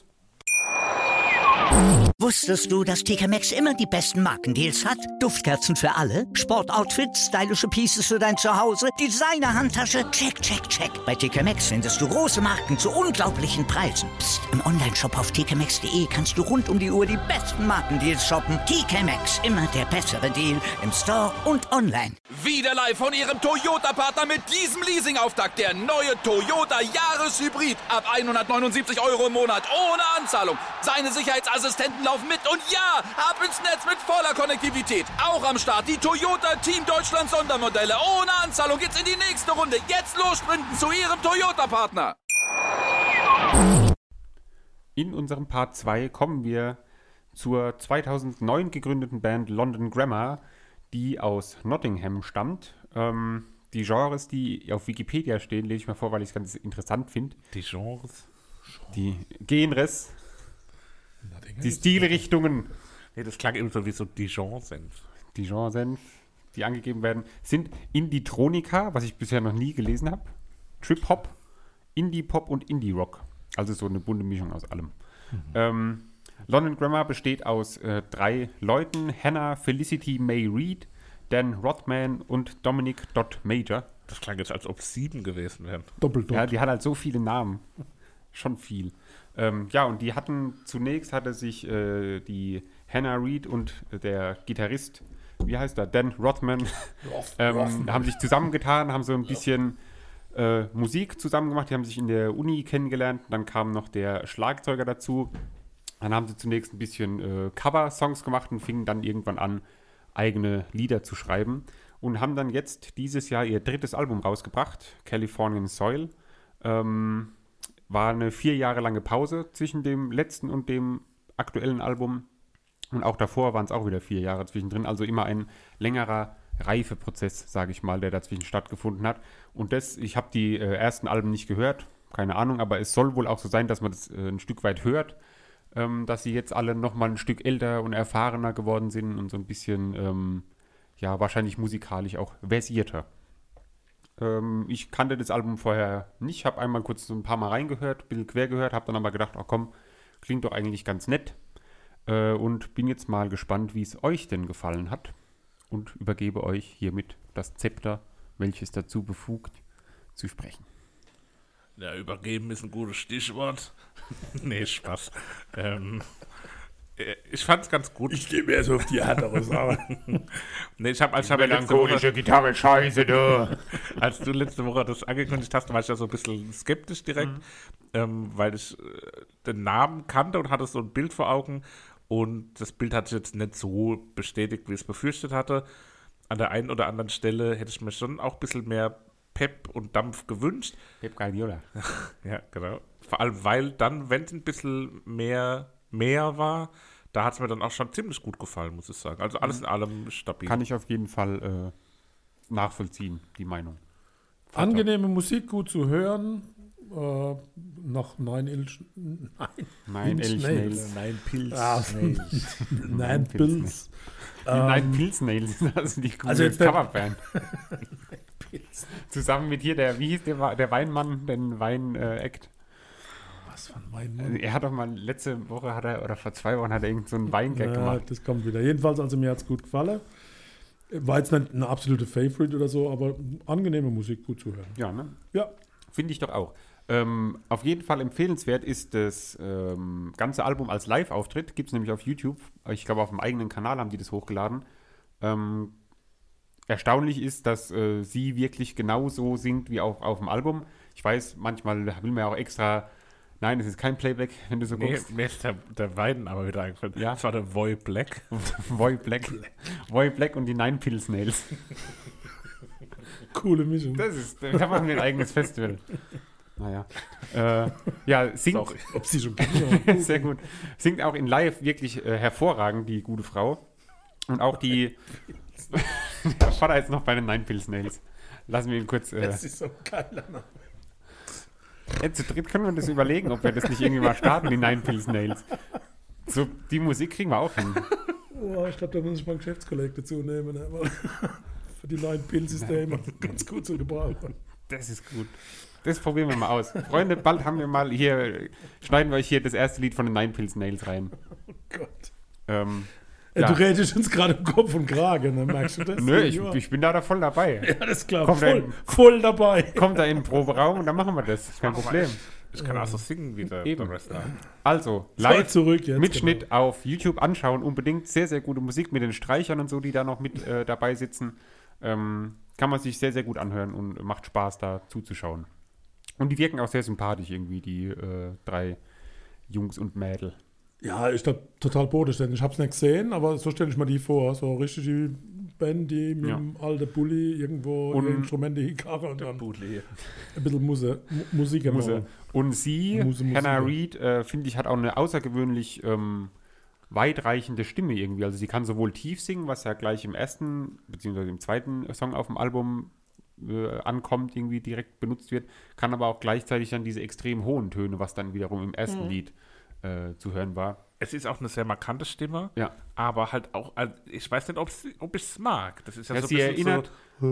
Wusstest du, dass TK Maxx immer die besten Markendeals hat? Duftkerzen für alle, Sportoutfits, stylische Pieces für dein Zuhause, Designer-Handtasche, check. Bei TK Maxx findest du große Marken zu unglaublichen Preisen. Psst. Im Onlineshop auf tkmaxx.de kannst du rund um die Uhr die besten Markendeals shoppen. TK Maxx, immer der bessere Deal im Store und online. Wieder live von Ihrem Toyota-Partner mit diesem Leasing-Auftakt. Der neue Toyota Jahreshybrid. Ab 179 € im Monat. Ohne Anzahlung. Seine Sicherheitsassistenten laufen mit. Und ja, ab ins Netz mit voller Konnektivität. Auch am Start die Toyota Team Deutschland Sondermodelle. Ohne Anzahlung geht's in die nächste Runde. Jetzt los sprinten zu Ihrem Toyota-Partner. In unserem Part 2 kommen wir zur 2009 gegründeten Band London Grammar, die aus Nottingham stammt. Die Genres, die auf Wikipedia stehen, lese ich mal vor, weil ich es ganz interessant finde. Die Genres. Die Genres, die Stilrichtungen, Nee, das klang eben so wie so Dijon-Senf. die Genres, die angegeben werden, sind Indie-Tronika, was ich bisher noch nie gelesen habe, Trip-Hop, Indie-Pop und Indie-Rock. Also so eine bunte Mischung aus allem. London Grammar besteht aus 3 Leuten, Hannah Felicity May Reid, Dan Rothman und Dominic Dot Major. Das klang jetzt, als ob es 7 gewesen wären. Doppeldot. Ja, die hat halt so viele Namen. Schon viel. Ja, und zunächst hatte sich die Hannah Reid und der Gitarrist, wie heißt er, Dan Rothman, haben sich zusammengetan, haben so ein bisschen Musik zusammen gemacht. Die haben sich in der Uni kennengelernt. Dann kam noch der Schlagzeuger dazu. Dann haben sie zunächst ein bisschen Cover-Songs gemacht und fingen dann irgendwann an, eigene Lieder zu schreiben. Und haben dann jetzt dieses Jahr ihr 3. Album rausgebracht, Californian Soil. War eine 4 Jahre lange Pause zwischen dem letzten und dem aktuellen Album. Und auch davor waren es auch wieder 4 Jahre zwischendrin. Also immer ein längerer Reifeprozess, sage ich mal, der dazwischen stattgefunden hat. Und ich habe die ersten Alben nicht gehört, keine Ahnung, aber es soll wohl auch so sein, dass man das ein Stück weit hört, dass sie jetzt alle nochmal ein Stück älter und erfahrener geworden sind und so ein bisschen, ja, wahrscheinlich musikalisch auch versierter. Ich kannte das Album vorher nicht, habe einmal kurz so ein paar Mal reingehört, ein bisschen quer gehört, habe dann aber gedacht, ach komm, klingt doch eigentlich ganz nett und bin jetzt mal gespannt, wie es euch denn gefallen hat und übergebe euch hiermit das Zepter, welches dazu befugt, zu sprechen. Ja, übergeben ist ein gutes Stichwort. Nee, Spaß. Ich fand's ganz gut. Ich gehe mehr so auf die härtere Sache. Nee, ich habe ja letzte Woche, Gitarre, scheiße, du. als du letzte Woche das angekündigt hast, war ich ja so ein bisschen skeptisch direkt, weil ich den Namen kannte und hatte so ein Bild vor Augen und das Bild hat sich jetzt nicht so bestätigt, wie ich es befürchtet hatte. An der einen oder anderen Stelle hätte ich mir schon auch ein bisschen mehr Pep und Dampf gewünscht. Pep Guardiola. Ja, genau. Vor allem, weil dann, wenn es ein bisschen mehr war, da hat es mir dann auch schon ziemlich gut gefallen, muss ich sagen. Also alles in allem stabil. Kann ich auf jeden Fall nachvollziehen, die Meinung. Angenehme Musik, gut zu hören. Nach Nine Pilz. Nein, Pilznails, also die coole Also jetzt Coverband. Zusammen mit hier, wie hieß der Weinmann, den Wein-Act? Was für ein Weinmann? Er hat doch mal letzte Woche, oder vor 2 Wochen, hat er irgend so einen Weingag gemacht. Das kommt wieder. Jedenfalls, also mir hat es gut gefallen. War jetzt nicht eine absolute Favorite oder so, aber angenehme Musik, gut zu hören. Ja, ne? Ja. Finde ich doch auch. Auf jeden Fall empfehlenswert ist das ganze Album als Live-Auftritt. Gibt es nämlich auf YouTube. Ich glaube, auf dem eigenen Kanal haben die das hochgeladen. Erstaunlich ist, dass sie wirklich genauso singt wie auch auf dem Album. Ich weiß, manchmal will man ja auch extra. Nein, es ist kein Playback, wenn du so guckst. Mir ist der Wein aber wieder eingefallen. Ja. Das war der Voy Black. Voy Black und die Nine Pilznails. Coole Mischung. Da machen wir ein eigenes Festival. Naja. Ja, singt. Sorry. Ob sie schon kennen. Sehr gut. Singt auch in Live wirklich hervorragend, die gute Frau. Und auch die. Der Vater ist noch bei den Nine Pilznails. Lassen wir ihn kurz. Das ist so ein geiler Name. Zu dritt können wir das überlegen, ob wir das nicht irgendwie mal starten, die Nine Pilznails. So, die Musik kriegen wir auch hin. Oh, ich glaube, da muss ich mal einen Geschäftskollegen dazu nehmen. Ne? Weil für die neuen Pilz ist der immer ganz gut zu gebrauchen. Das ist gut. Das probieren wir mal aus. Freunde, bald haben wir mal hier, schneiden wir euch hier das erste Lied von den Nine Pilznails rein. Oh Gott. Ja. Du redest uns gerade im Kopf und Kragen, ne? Merkst du das? Nö, ich bin da voll dabei. Ja, das ist klar. Voll dabei. Kommt da in den Proberaum und dann machen wir das. Kein Problem. Ich kann auch so singen wie der Wrestler. Also, live zurück jetzt, Mitschnitt auf YouTube anschauen. Unbedingt sehr, sehr gute Musik mit den Streichern und so, die da noch mit dabei sitzen. Kann man sich sehr, sehr gut anhören und macht Spaß, da zuzuschauen. Und die wirken auch sehr sympathisch irgendwie, die 3 Jungs und Mädel. Ja, ich glaube, total bodenständig. Ich habe es nicht gesehen, aber so stelle ich mir die vor. So richtig die Band, die mit dem alten Bulli irgendwo und ihr Instrumente hinkarren und dann ein bisschen Musik machen. Und sie, Hannah Reid, finde ich, hat auch eine außergewöhnlich weitreichende Stimme irgendwie. Also sie kann sowohl tief singen, was ja gleich im ersten bzw. im zweiten Song auf dem Album ankommt, irgendwie direkt benutzt wird, kann aber auch gleichzeitig dann diese extrem hohen Töne, was dann wiederum im ersten Lied zu hören war. Es ist auch eine sehr markante Stimme, ja, aber halt auch, ich weiß nicht, ob ich es mag. Das ist ja so sie ein bisschen erinnert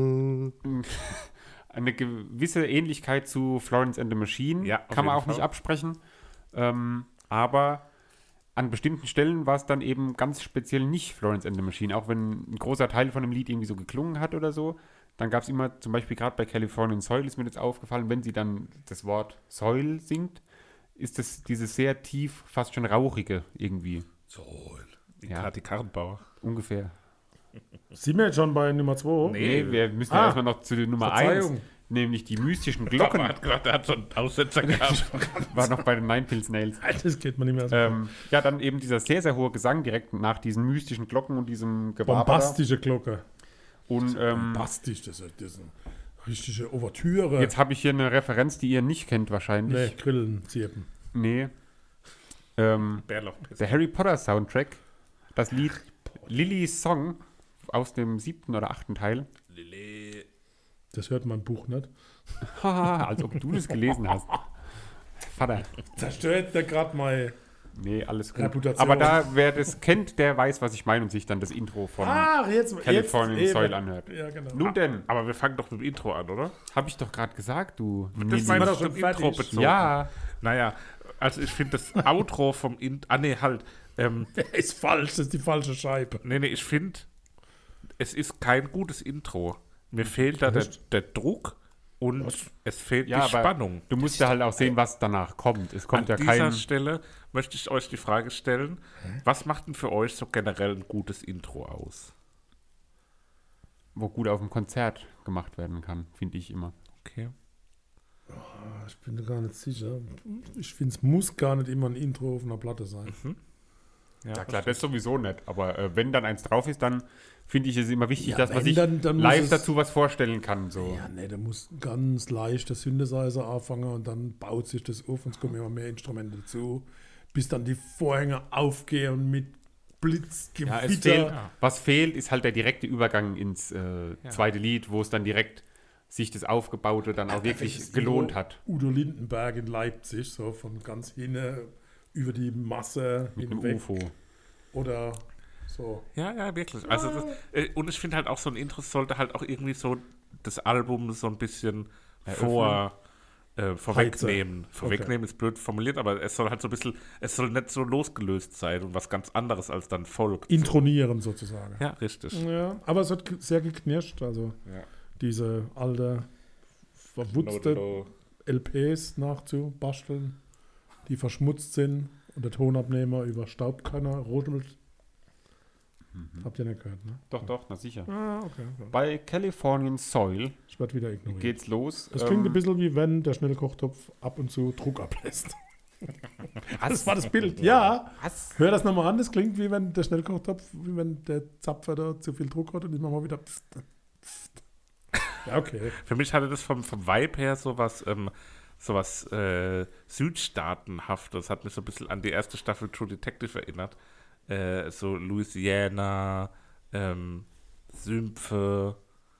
eine gewisse Ähnlichkeit zu Florence and the Machine, ja, kann man auch nicht absprechen, aber an bestimmten Stellen war es dann eben ganz speziell nicht Florence and the Machine, auch wenn ein großer Teil von dem Lied irgendwie so geklungen hat oder so. Dann gab es immer, zum Beispiel gerade bei Californian Soil ist mir jetzt aufgefallen, wenn sie dann das Wort Soil singt, ist das dieses sehr tief, fast schon rauchige irgendwie. Soil. Ja, gerade die Karrenbauer. Ungefähr. Sind wir jetzt schon bei Nummer 2? Nee, wir müssen ja erstmal noch zu Nummer 1, nämlich die mystischen Glocken. Der hat so einen Aussetzer gehabt. War noch bei den Nine Pilznails. Das geht mir nicht mehr so. Ja, dann eben dieser sehr, sehr hohe Gesang direkt nach diesen mystischen Glocken und diesem Gewaber. Bombastische Glocke. Und, bombastisch, das ist eine richtige Ouvertüre. Jetzt habe ich hier eine Referenz, die ihr nicht kennt wahrscheinlich. Nee, Grillen, Zirpen. Nee. Der Harry Potter Soundtrack, das Lied Lillys Song aus dem 7. oder 8. Teil. Lilly. Das hört man im Buch nicht. Als ob du das gelesen hast. Vater. Zerstört der gerade mal. Nee, alles gut. Reputation. Aber da, wer das kennt, der weiß, was ich meine und sich dann das Intro von Californian Soil anhört. Ja, genau. Nun denn. Aber wir fangen doch mit dem Intro an, oder? Habe ich doch gerade gesagt, du. Das meinst doch du schon im Intro fertig. bezogen? Ja. Naja, also ich finde das Outro vom Ist falsch, das ist die falsche Scheibe. Nee, ich finde, es ist kein gutes Intro. Mir fehlt da der Druck Und es fehlt Ja, die aber Spannung. du musst ja halt auch sehen, was danach kommt. Es kommt An ja dieser kein... Stelle möchte ich euch die Frage stellen, was macht denn für euch so generell ein gutes Intro aus? wo gut auf dem Konzert gemacht werden kann, finde ich immer. Okay. Ich bin mir gar nicht sicher. Ich finde, es muss gar nicht immer ein Intro auf einer Platte sein. Ja klar, das sowieso nicht. Aber wenn dann eins drauf ist, dann finde ich es immer wichtig, Ja, dass man wenn, sich dann muss live es- dazu was vorstellen kann. So. Ja, nee, da muss ganz leicht der Synthesizer anfangen und dann baut sich das auf und es kommen immer mehr Instrumente dazu, bis dann die Vorhänge aufgehen und mit Ja, es fehlt, Blitzgewitter. was fehlt, ist halt der direkte Übergang ins zweite Lied, wo es dann direkt sich das Aufgebaute dann auch wirklich gelohnt hat. Udo Lindenberg in Leipzig, so von ganz hinten über die Masse Mit einem hinweg. UFO. Oder so. Ja, wirklich. Also und ich finde halt auch, so ein Intro sollte halt auch irgendwie so das Album so ein bisschen vorwegnehmen. Vorwegnehmen ist blöd formuliert, aber es soll halt so ein bisschen, es soll nicht so losgelöst sein und was ganz anderes als dann folgt. Intronieren sozusagen. Ja, richtig. Ja, aber es hat sehr geknirscht, also diese alte verwutzte LPs nachzubasteln, die verschmutzt sind und der Tonabnehmer über Staubkörner rodelt. Habt ihr nicht gehört, ne? Doch, na sicher. Ah, okay. Bei Californian Soil Ich werde wieder ignoriert. geht's los. Das klingt ein bisschen wie wenn der Schnellkochtopf ab und zu Druck ablässt. Das war das Bild. Ja, hör das nochmal an. Das klingt wie wenn der Schnellkochtopf, wie wenn der Zapfer da zu viel Druck hat und ich mach mal wieder pst, pst. Ja, okay. Für mich hatte das vom Vibe her sowas Südstaatenhaftes. Das hat mich so ein bisschen an die erste Staffel True Detective erinnert. So Louisiana, Sümpfe,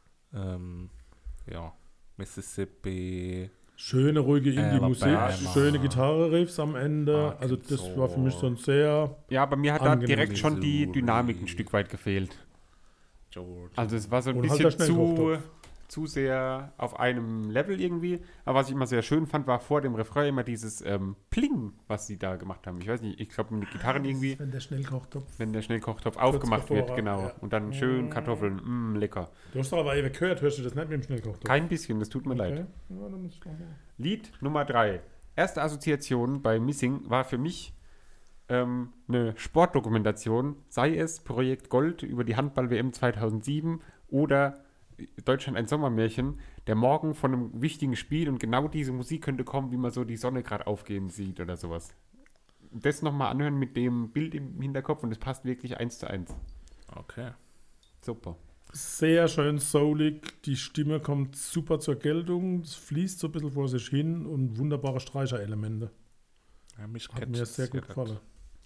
Mississippi. Schöne, ruhige Indie-Musik, Alabama. schöne Gitarre-Riffs am Ende. Also das war für mich so ein sehr... Ja, aber mir hat da Angenehm. direkt schon die Missouri. Dynamik ein Stück weit gefehlt. Georgia. Also es war so ein Und halt der bisschen Schnellkochtopf. zu sehr auf einem Level irgendwie. Aber was ich immer sehr schön fand, war vor dem Refrain immer dieses Pling, was sie da gemacht haben. Ich weiß nicht, ich glaube mit Gitarren irgendwie, Wenn der Schnellkochtopf... wenn der Schnellkochtopf aufgemacht bevor wird, er- genau. ja. Und dann schön Kartoffeln, lecker. Du hast doch aber eben gehört, hörst du das nicht mit dem Schnellkochtopf? Kein bisschen, das tut mir leid. Okay. Ja, dann muss ich noch mal. Lied Nummer 3. Erste Assoziation bei Missing war für mich eine Sportdokumentation, sei es Projekt Gold über die Handball-WM 2007 oder Deutschland ein Sommermärchen, der Morgen von einem wichtigen Spiel und genau diese Musik könnte kommen, wie man so die Sonne gerade aufgehen sieht oder sowas. Das nochmal anhören mit dem Bild im Hinterkopf und es passt wirklich 1:1. Okay. Super. Sehr schön soulig, die Stimme kommt super zur Geltung, es fließt so ein bisschen vor sich hin und wunderbare Streicherelemente. Ja, mich Hat catcht mir es sehr gut jetzt. gefallen.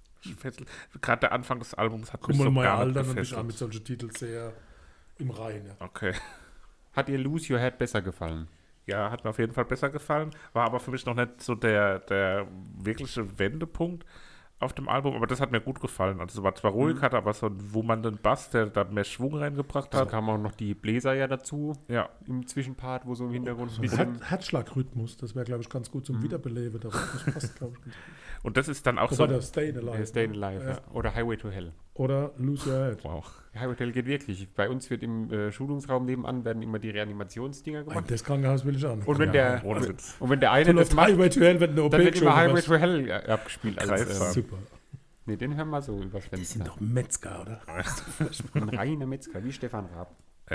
Gerade der Anfang des Albums hat Guck mich mal, so mein gar nicht Alter, dann bist du auch gefesselt. mit solchen Titeln sehr im Reinen. Okay. Hat dir Lose Your Head besser gefallen? Ja, hat mir auf jeden Fall besser gefallen. War aber für mich noch nicht so der wirkliche Wendepunkt auf dem Album. Aber das hat mir gut gefallen. Also es war zwar ruhig, hatte aber so einen wummernden Bass, der da mehr Schwung reingebracht Dann hat. kamen auch noch die Bläser ja dazu Ja, im Zwischenpart, wo so im Hintergrund ein bisschen... Herzschlagrhythmus, das wäre, glaube ich, ganz gut zum Wiederbeleben. Der Rhythmus passt, glaube ich, ganz gut. und das ist dann auch Das so... war der Stay Alive. Staying Alive Ja. ja. Oder Highway to Hell. Oder Lose Your Head. Wow. Highway to Hell geht wirklich. Bei uns wird im Schulungsraum nebenan werden immer die Reanimationsdinger gemacht. Das Krankenhaus will ich an. Und wenn, der, ohne Witz. und wenn der eine das macht, Highway to Hell wird eine OP dann wird immer geschoben, Highway weißt to Hell abgespielt. Als, Greifsam. Super. nee, den hören wir so übers Die Fenster. sind doch Metzger, oder? Ein reiner Metzger, wie Stefan Raab.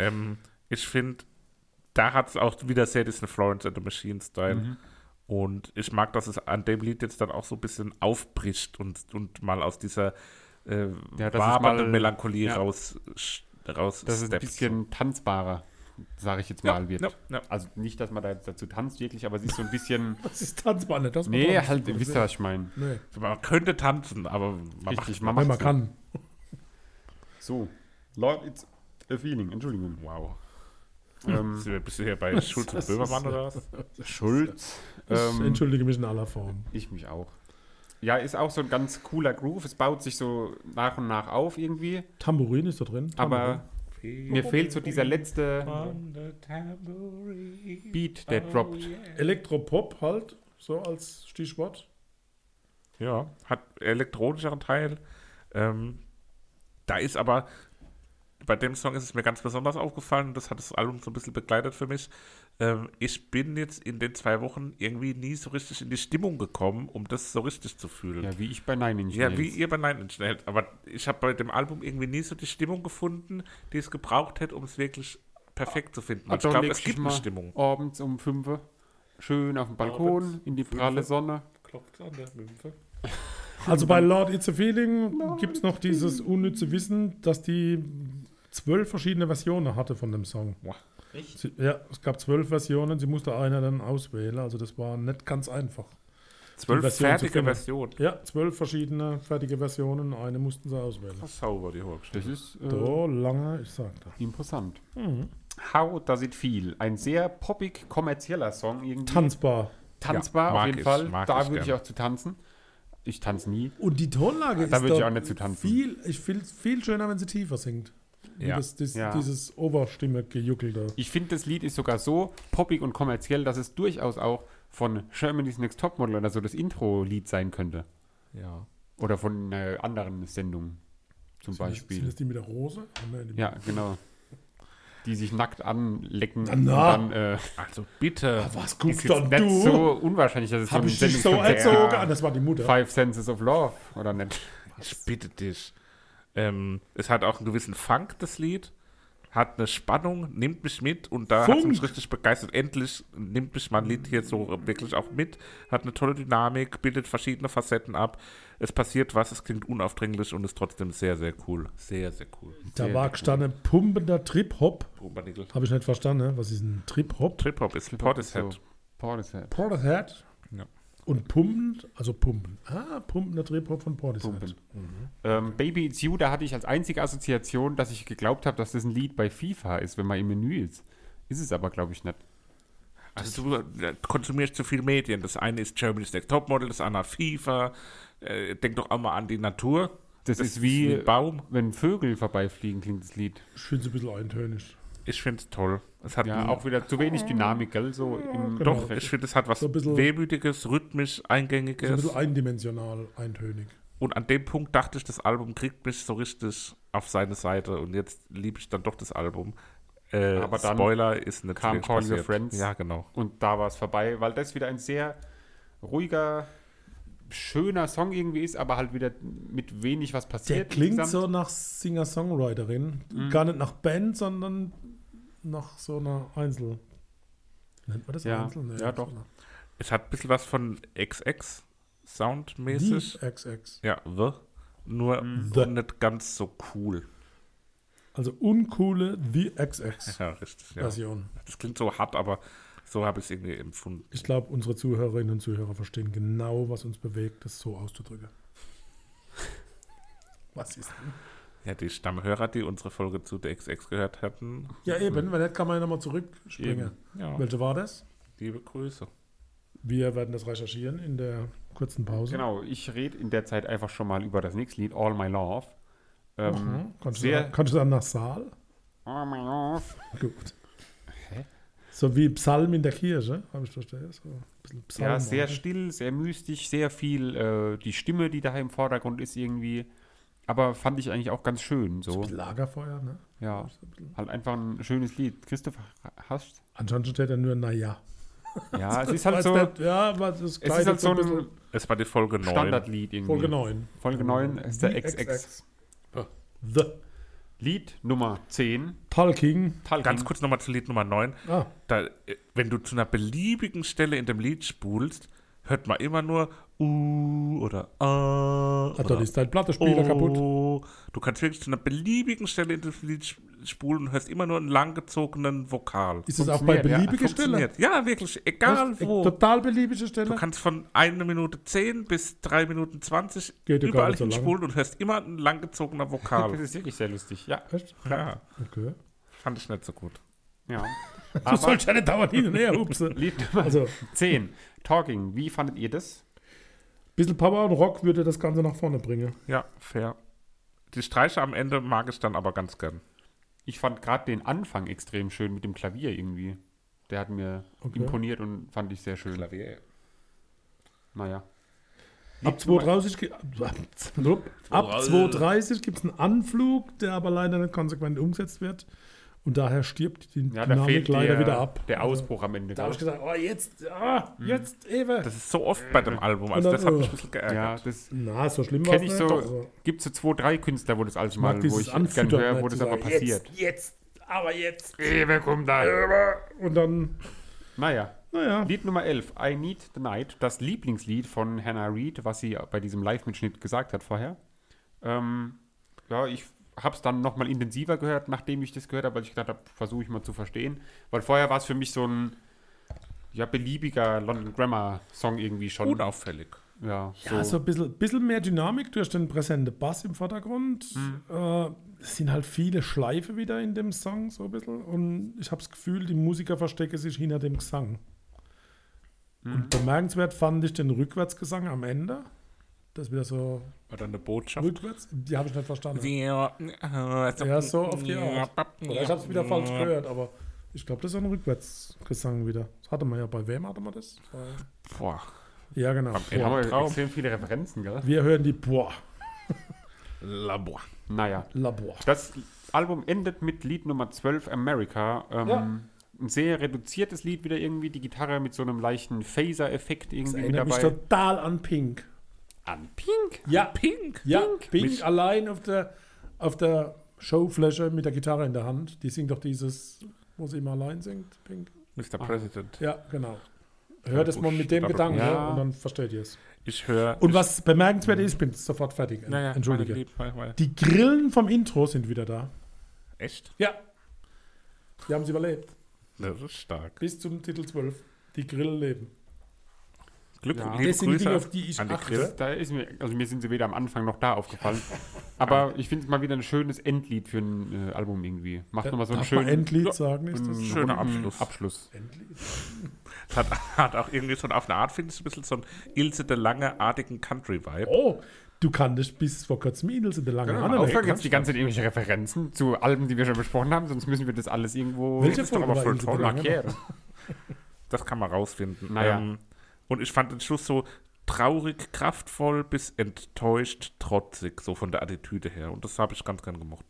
Ich finde, da hat es auch wieder sehr diesen Florence and the Machine-Style. Und ich mag, dass es an dem Lied jetzt dann auch so ein bisschen aufbricht und mal aus dieser dass es wabernden mal- Melancholie ja. raus Dass es ein bisschen tanzbarer, sage ich jetzt mal, wird. Ja. Also nicht, dass man da jetzt dazu tanzt wirklich, aber es ist so ein bisschen... Das ist Tanzball, nicht das? nee, halt, wisst ihr, was ich meine? Nee, Man könnte tanzen, aber man Richtig, macht wenn man so. kann. So, Lord, it's a feeling, Entschuldigung. Wow. Ähm, Bist du hier bei Schulz und Böhmermann oder was? Schulz. Ich entschuldige mich in aller Form. Ich mich auch. Ja, ist auch so ein ganz cooler Groove. Es baut sich so nach und nach auf irgendwie. Tambourin ist da drin. Aber mir fehlt so dieser letzte Beat, der droppt. Elektropop halt, so als Stichwort. Ja, hat elektronischeren Teil. Da ist aber, bei dem Song ist es mir ganz besonders aufgefallen, das hat das Album so ein bisschen begleitet für mich. Ich bin jetzt in den 2 Wochen irgendwie nie so richtig in die Stimmung gekommen, um das so richtig zu fühlen. Ja, wie ich bei Nine Inch Ja, Nails. wie ihr bei Nine Inch Nails. Aber ich habe bei dem Album irgendwie nie so die Stimmung gefunden, die es gebraucht hätte, um es wirklich perfekt zu finden. Und ich glaube, es gibt eine Stimmung. Abends um 5 Uhr schön auf dem Balkon, Abends in die 5 pralle Uhr. Sonne. Klopft an der Mümpfe. Also bei Lord It's a Feeling gibt es noch dieses unnütze Wissen, dass die 12 verschiedene Versionen hatte von dem Song. Boah. Ja, es gab 12 Versionen, sie musste einer dann auswählen, also das war nicht ganz einfach. 12 Version zu fertige finden. Versionen. Ja, 12 verschiedene fertige Versionen, eine mussten sie auswählen. Was sauber die Hochschule. Das ist So lange, ich sagte. imposant. How Does It Feel? Ein sehr poppig kommerzieller Song irgendwie. Tanzbar. Tanzbar Ja, auf jeden mag Fall. ich, mag Da ich würde ich gern. auch zu tanzen. Ich tanze nie. Und die Tonlage Da ist würde ich doch auch nicht zu tanzen. viel schöner, wenn sie tiefer singt. Wie Ja. Ja. Dieses Oberstimme-Gejuckelte. Ich finde, das Lied ist sogar so poppig und kommerziell, dass es durchaus auch von Germany's Next Topmodel oder so das Intro-Lied sein könnte. Ja. Oder von anderen Sendungen zum Sind Beispiel. das die mit der Rose? Ja, genau. Die sich nackt anlecken. Na. Und dann, Also bitte. Was ist guckst jetzt dann nicht du? so unwahrscheinlich, dass es Hab ein ich dich so Sendungskonzept erzogen? gibt. Ah, das war die Mutter. Five Senses of Love, oder nicht? Ich bitte dich. Es hat auch einen gewissen Funk, das Lied. Hat eine Spannung, nimmt mich mit und da hat es mich Funk. richtig begeistert. Endlich nimmt mich mein Lied hier so wirklich auch mit. Hat eine tolle Dynamik, bildet verschiedene Facetten ab. Es passiert was, es klingt unaufdringlich und ist trotzdem sehr, sehr cool. Sehr, sehr cool. Da sehr, war sehr gestanden pumpender Trip-Hop. cool. Pumpernickel. Habe ich nicht verstanden, ne? Was ist ein Trip-Hop? Trip-Hop ist Portishead. So, Portishead. Portishead. Ja. Und pumpend, also pumpen. Pumpender Trip-Hop von Portishead. Pumpen. Baby It's You, da hatte ich als einzige Assoziation, dass ich geglaubt habe, dass das ein Lied bei FIFA ist, wenn man im Menü ist. Ist es aber, glaube ich, nicht. Also du konsumierst zu viel Medien. Das eine ist Germany's Next Topmodel, das andere FIFA. Denk doch auch mal an die Natur. Das ist wie ein Baum. wenn Vögel vorbeifliegen, klingt das Lied. Ich finde es ein bisschen eintönig. Ich finde es toll. Es hat Ja, auch wieder zu wenig Dynamik, gell? So im genau. Doch, ich finde, es hat was So ein bisschen- Wehmütiges, rhythmisch, Ist ein Eingängiges. bisschen eindimensional, eintönig. Und an dem Punkt dachte ich, das Album kriegt mich so richtig auf seine Seite. Und jetzt liebe ich dann doch das Album. Aber dann Spoiler ist nicht kam wirklich Call Your passiert. Friends. Ja, genau. Und da war es vorbei, weil das wieder ein sehr ruhiger, schöner Song irgendwie ist, aber halt wieder mit wenig was Der passiert. klingt insgesamt. so nach Singer-Songwriterin. Gar nicht nach Band, sondern nach so einer Einzel. Nennt man das Ja, Einzel? Nee, ja, doch. so einer- Es hat ein bisschen was von XX soundmäßig. Die XX. Ja, The. Nur The. nicht ganz so cool. Also uncoole The XX Ja, richtig. Ja. Version. Das klingt so hart, aber so habe ich es irgendwie empfunden. Ich glaube, unsere Zuhörerinnen und Zuhörer verstehen genau, was uns bewegt, das so auszudrücken. Was ist denn? Ja, die Stammhörer, die unsere Folge zu der XX gehört hatten, Ja, eben, weil nicht kann man ja nochmal zurückspringen. ja, Welche war das? liebe Grüße. Wir werden das recherchieren in der kurzen Pause. Genau, ich rede in der Zeit einfach schon mal über das nächste Lied, All My Love. Kannst sehr- du dann nach Saal? All My Love. Gut. So wie Psalm in der Kirche, habe ich verstanden. So ein bisschen Psalm. Ja, sehr still, sehr mystisch, sehr viel die Stimme, die da im Vordergrund ist irgendwie. Aber fand ich eigentlich auch ganz schön. So. Ein bisschen Lagerfeuer, ne? Ja, halt einfach ein schönes Lied. Christoph, hast Anscheinend steht er nur, naja. Ja, es ist halt Weiß so, nicht, ja, aber das es ist kleidet halt so bisschen- ein Es war die Folge 9. Standardlied irgendwie. Folge 9. Folge 9 ist der Die XX. The Lied Nummer 10. Talking. Talking. Ganz kurz nochmal zu Lied Nummer 9. Ah, Da, wenn du zu einer beliebigen Stelle in dem Lied spulst, hört man immer nur oder dann oder ist dein Plattenspieler kaputt. Du kannst wirklich zu einer beliebigen Stelle in dem Lied spulen und hörst immer nur einen langgezogenen Vokal. Ist es auch bei Funktioniert, ja. beliebiger Stelle? Funktioniert. Ja, wirklich, egal wo. Total beliebige Stelle. Du kannst von 1 Minute 10 bis 3 Minuten 20 Geht ja gar überall nicht so lange. hinspulen und hörst immer ein langgezogener Das Vokal. ist wirklich sehr lustig. Ja. Echt? Ja, Okay. fand ich nicht so gut. ja. Du sollst ja nicht dauernd hin und her hupsen. Lied Nummer Also, 10. Talking. Wie fandet ihr das? ein bisschen Power und Rock würde das Ganze nach vorne bringen. Ja, fair. Die Streiche am Ende mag ich dann aber ganz gern. Ich fand gerade den Anfang extrem schön mit dem Klavier irgendwie. Der hat mir Okay. imponiert und fand ich sehr schön. Klavier. Naja. Ab 2.30 gibt es einen Anflug, der aber leider nicht konsequent umgesetzt wird. Und daher stirbt die Ja, da Dynamik fehlt leider wieder ab. der Ausbruch am Ende. Da habe ich gell? gesagt, oh, jetzt eben. Das ist so oft bei dem Album, also Und das dann, hat mich ein bisschen geärgert. Ja, das Na, so schlimm war kenne es ich nicht. so. Also, Gibt es so 2, 3 Künstler, wo das alles mag mal, wo dieses ich gerne Anfüttern höre, nicht wo zu das aber sagen, passiert. Jetzt, aber jetzt. Komm da. Und dann, Naja. naja. Lied Nummer 11, I Need the Night, das Lieblingslied von Hannah Reid, was sie bei diesem Live-Mitschnitt gesagt hat vorher. Ja, ich habe es dann nochmal intensiver gehört, nachdem ich das gehört habe, weil ich gedacht habe, versuche ich mal zu verstehen. Weil vorher war es für mich so ein beliebiger London Grammar-Song irgendwie schon. Unauffällig. Ja, Ja, so ein bisschen mehr Dynamik durch den präsenten Bass im Vordergrund. Es sind halt viele Schleife wieder in dem Song, so ein bisschen. Und ich habe das Gefühl, die Musiker verstecken sich hinter dem Gesang. Und bemerkenswert fand ich den Rückwärtsgesang am Ende. Das ist wieder so Oder eine Botschaft. rückwärts. Die habe ich nicht verstanden. Ja, Ja, so auf die Art. Oder ich habe es wieder falsch gehört, aber ich glaube, das ist ein Rückwärtsgesang wieder. Das hatte man ja bei wem hatte man das? Boah. Ja, genau. Wir haben Traum. extrem viele Referenzen, gell? Wir hören die Labor. Naja. Labor. Das Album endet mit Lied Nummer 12, America. Ein sehr reduziertes Lied wieder irgendwie. Die Gitarre mit so einem leichten Phaser-Effekt Das irgendwie mit erinnert mich dabei. total an Pink. An Pink? Ja, Pink. Ja, Pink Mich- allein auf der Showfläche mit der Gitarre in der Hand. Die singt doch dieses, wo sie immer allein singt, Pink. Mr. President. Ja, genau. Hört es mal mit dem Bush, Gedanken ja. und dann versteht ihr es. Ich höre. Und was bemerkenswert ist, ich bin sofort fertig. Entschuldige. Meine Die Grillen vom Intro sind wieder da. Echt? Ja. Die haben sie überlebt. Das ist stark. Bis zum Titel 12. Die Grillen leben. Glück Ja. und liebe Das sind die Grüße Dinge, auf die ich an die achte. Grill. Da ist mir sind sie weder am Anfang noch da aufgefallen. Aber ich finde es mal wieder ein schönes Endlied für ein Album irgendwie. Macht nochmal so einen Darf man schönen Endlied sagen? Ist das Schöner runden Abschluss. Abschluss. Es hat auch irgendwie so auf eine Art, finde ich, ein bisschen so einen Ilse de Lange-artigen Country-Vibe. Oh, du kanntest bis vor kurzem Idels in der langen Können wir Hand. mal aufhören, jetzt die ganze Zeit irgendwelche Referenzen zu Alben, die wir schon besprochen haben, sonst müssen wir das alles irgendwo Welche ist doch Folge aber war voll Ilse toll. de Lange? markieren. Das kann man rausfinden. Naja. Und ich fand den Schluss so traurig, kraftvoll bis enttäuscht, trotzig, so von der Attitüde her. Und das habe ich ganz gern gemocht.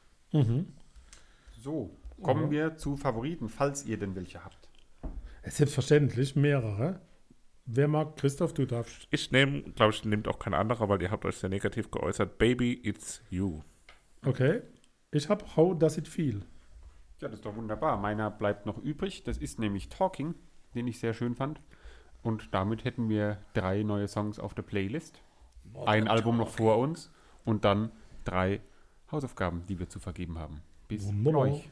So, kommen wir zu Favoriten, falls ihr denn welche habt. Selbstverständlich, mehrere. Wer mag? Christoph, du darfst. Ich nehme, glaube ich, nehmt auch kein anderer, weil ihr habt euch sehr negativ geäußert. Baby, it's you. Okay. Ich habe How Does It Feel? Ja, das ist doch wunderbar. Meiner bleibt noch übrig. Das ist nämlich Talking, den ich sehr schön fand. Und damit hätten wir 3 neue Songs auf der Playlist. Ein Album noch vor uns und dann 3 Hausaufgaben, die wir zu vergeben haben. Bis Wunderbar. gleich.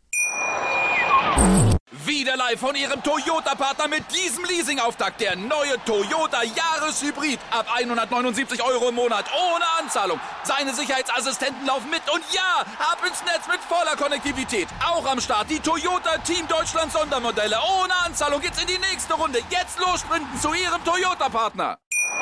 Wieder live von Ihrem Toyota-Partner mit diesem Leasing-Auftakt. Der neue Toyota Jahreshybrid. Ab 179 € im Monat. Ohne Anzahlung. Seine Sicherheitsassistenten laufen mit. Und ja, ab ins Netz mit voller Konnektivität. Auch am Start die Toyota Team Deutschland Sondermodelle. Ohne Anzahlung geht's in die nächste Runde. Jetzt los sprinten zu Ihrem Toyota-Partner.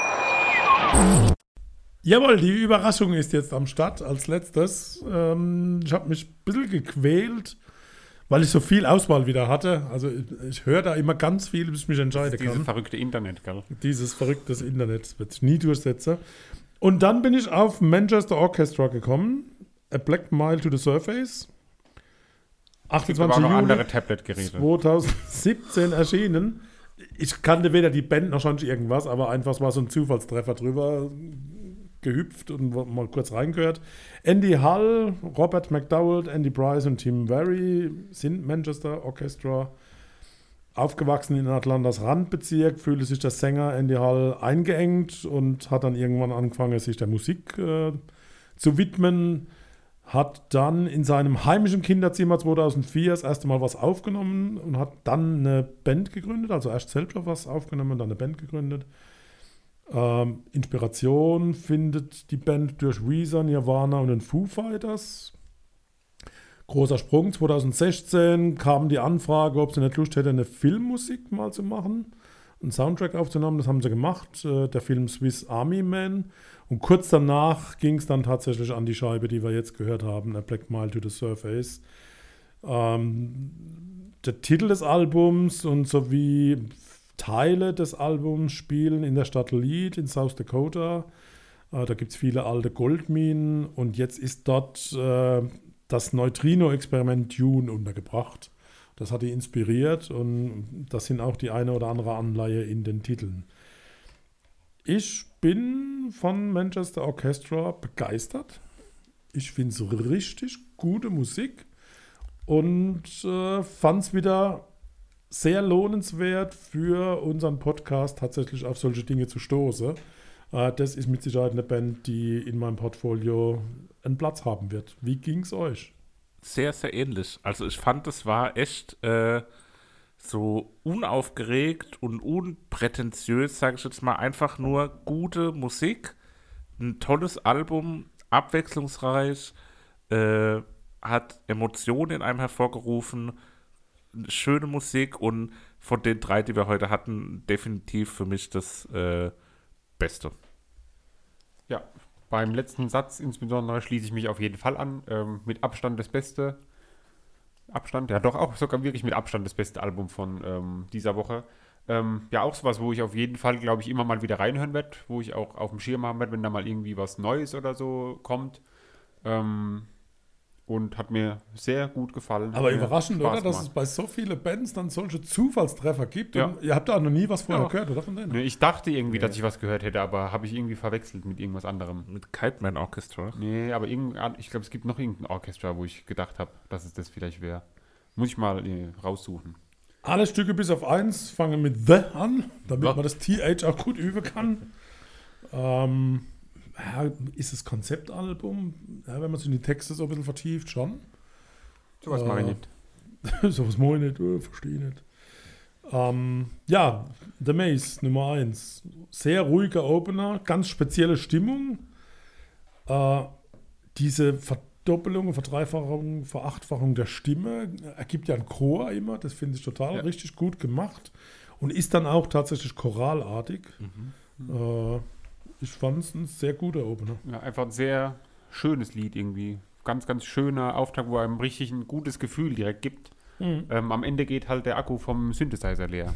Jawohl, die Überraschung ist jetzt am Start als letztes. Ich habe mich ein bisschen gequält, weil ich so viel Auswahl wieder hatte. Also ich höre da immer ganz viel, bis ich mich entscheiden Dieses kann. verrückte Internet, gell? Dieses verrückte Internet wird sich nie durchsetzen. Und dann bin ich auf Manchester Orchestra gekommen. A Black Mile to the Surface. Gibt aber 28 auch noch Juli andere Tablet-Geräte. 2017 erschienen. Ich kannte weder die Band noch sonst irgendwas, aber einfach es war so ein Zufallstreffer drüber gehüpft und mal kurz reingehört. Andy Hull, Robert McDowell, Andy Bryce und Tim Vary sind Manchester Orchestra. Aufgewachsen in Atlantas Randbezirk, fühlte sich der Sänger Andy Hull eingeengt und hat dann irgendwann angefangen, sich der Musik zu widmen. Hat dann in seinem heimischen Kinderzimmer 2004 das erste Mal was aufgenommen und hat dann eine Band gegründet, also erst selbst was aufgenommen und dann eine Band gegründet. Inspiration findet die Band durch Weezer, Nirvana und den Foo Fighters. Großer Sprung, 2016 kam die Anfrage, ob sie nicht Lust hätte, eine Filmmusik mal zu machen, einen Soundtrack aufzunehmen. Das haben sie gemacht, der Film Swiss Army Man. Und kurz danach ging es dann tatsächlich an die Scheibe, die wir jetzt gehört haben, A Black Mile to the Surface. Der Titel des Albums und sowie Teile des Albums spielen in der Stadt Lead in South Dakota. Da gibt es viele alte Goldminen und jetzt ist dort das Neutrino-Experiment Dune untergebracht. Das hat die inspiriert und das sind auch die eine oder andere Anleihe in den Titeln. Ich bin von Manchester Orchestra begeistert. Ich finde es richtig gute Musik und fand es wieder sehr lohnenswert für unseren Podcast tatsächlich auf solche Dinge zu stoßen. Das ist mit Sicherheit eine Band, die in meinem Portfolio einen Platz haben wird. Wie ging es euch? Sehr, sehr ähnlich. Also ich fand, es war echt so unaufgeregt und unprätentiös, sage ich jetzt mal, einfach nur gute Musik, ein tolles Album, abwechslungsreich, hat Emotionen in einem hervorgerufen, schöne Musik und von den 3, die wir heute hatten, definitiv für mich das Beste. Ja, beim letzten Satz insbesondere schließe ich mich auf jeden Fall an. Mit Abstand das Beste. Abstand, ja doch auch sogar wirklich mit Abstand das beste Album von dieser Woche. Ja, auch sowas, wo ich auf jeden Fall, glaube ich, immer mal wieder reinhören werde, wo ich auch auf dem Schirm haben werde, wenn da mal irgendwie was Neues oder so kommt. Und hat mir sehr gut gefallen. Aber überraschend, oder? Dass es bei so vielen Bands dann solche Zufallstreffer gibt. Ja. Und ihr habt da noch nie was vorher gehört, oder? Von denen? Nee, ich dachte irgendwie, dass ich was gehört hätte, aber habe ich irgendwie verwechselt mit irgendwas anderem. Mit Kite Man Orchestra? Nee, aber ich glaube, es gibt noch irgendein Orchestra, wo ich gedacht habe, dass es das vielleicht wäre. Muss ich mal raussuchen. Alle Stücke bis auf 1 fangen mit The an, damit man das TH auch gut üben kann. Ja, ist es Konzeptalbum? Ja, wenn man sich in die Texte so ein bisschen vertieft, schon. Sowas mache ich nicht. Sowas mache ich nicht, verstehe nicht. Ja, The Maze, Nummer 1. Sehr ruhiger Opener, ganz spezielle Stimmung. Diese Verdoppelung, Verdreifachung, Verachtfachung der Stimme ergibt ja einen Chor immer. Das finde ich total richtig gut gemacht. Und ist dann auch tatsächlich choralartig. Ich fand es ein sehr guter Opener. Ja, einfach ein sehr schönes Lied irgendwie. Ganz, ganz schöner Auftakt, wo einem richtig ein gutes Gefühl direkt gibt. Am Ende geht halt der Akku vom Synthesizer leer.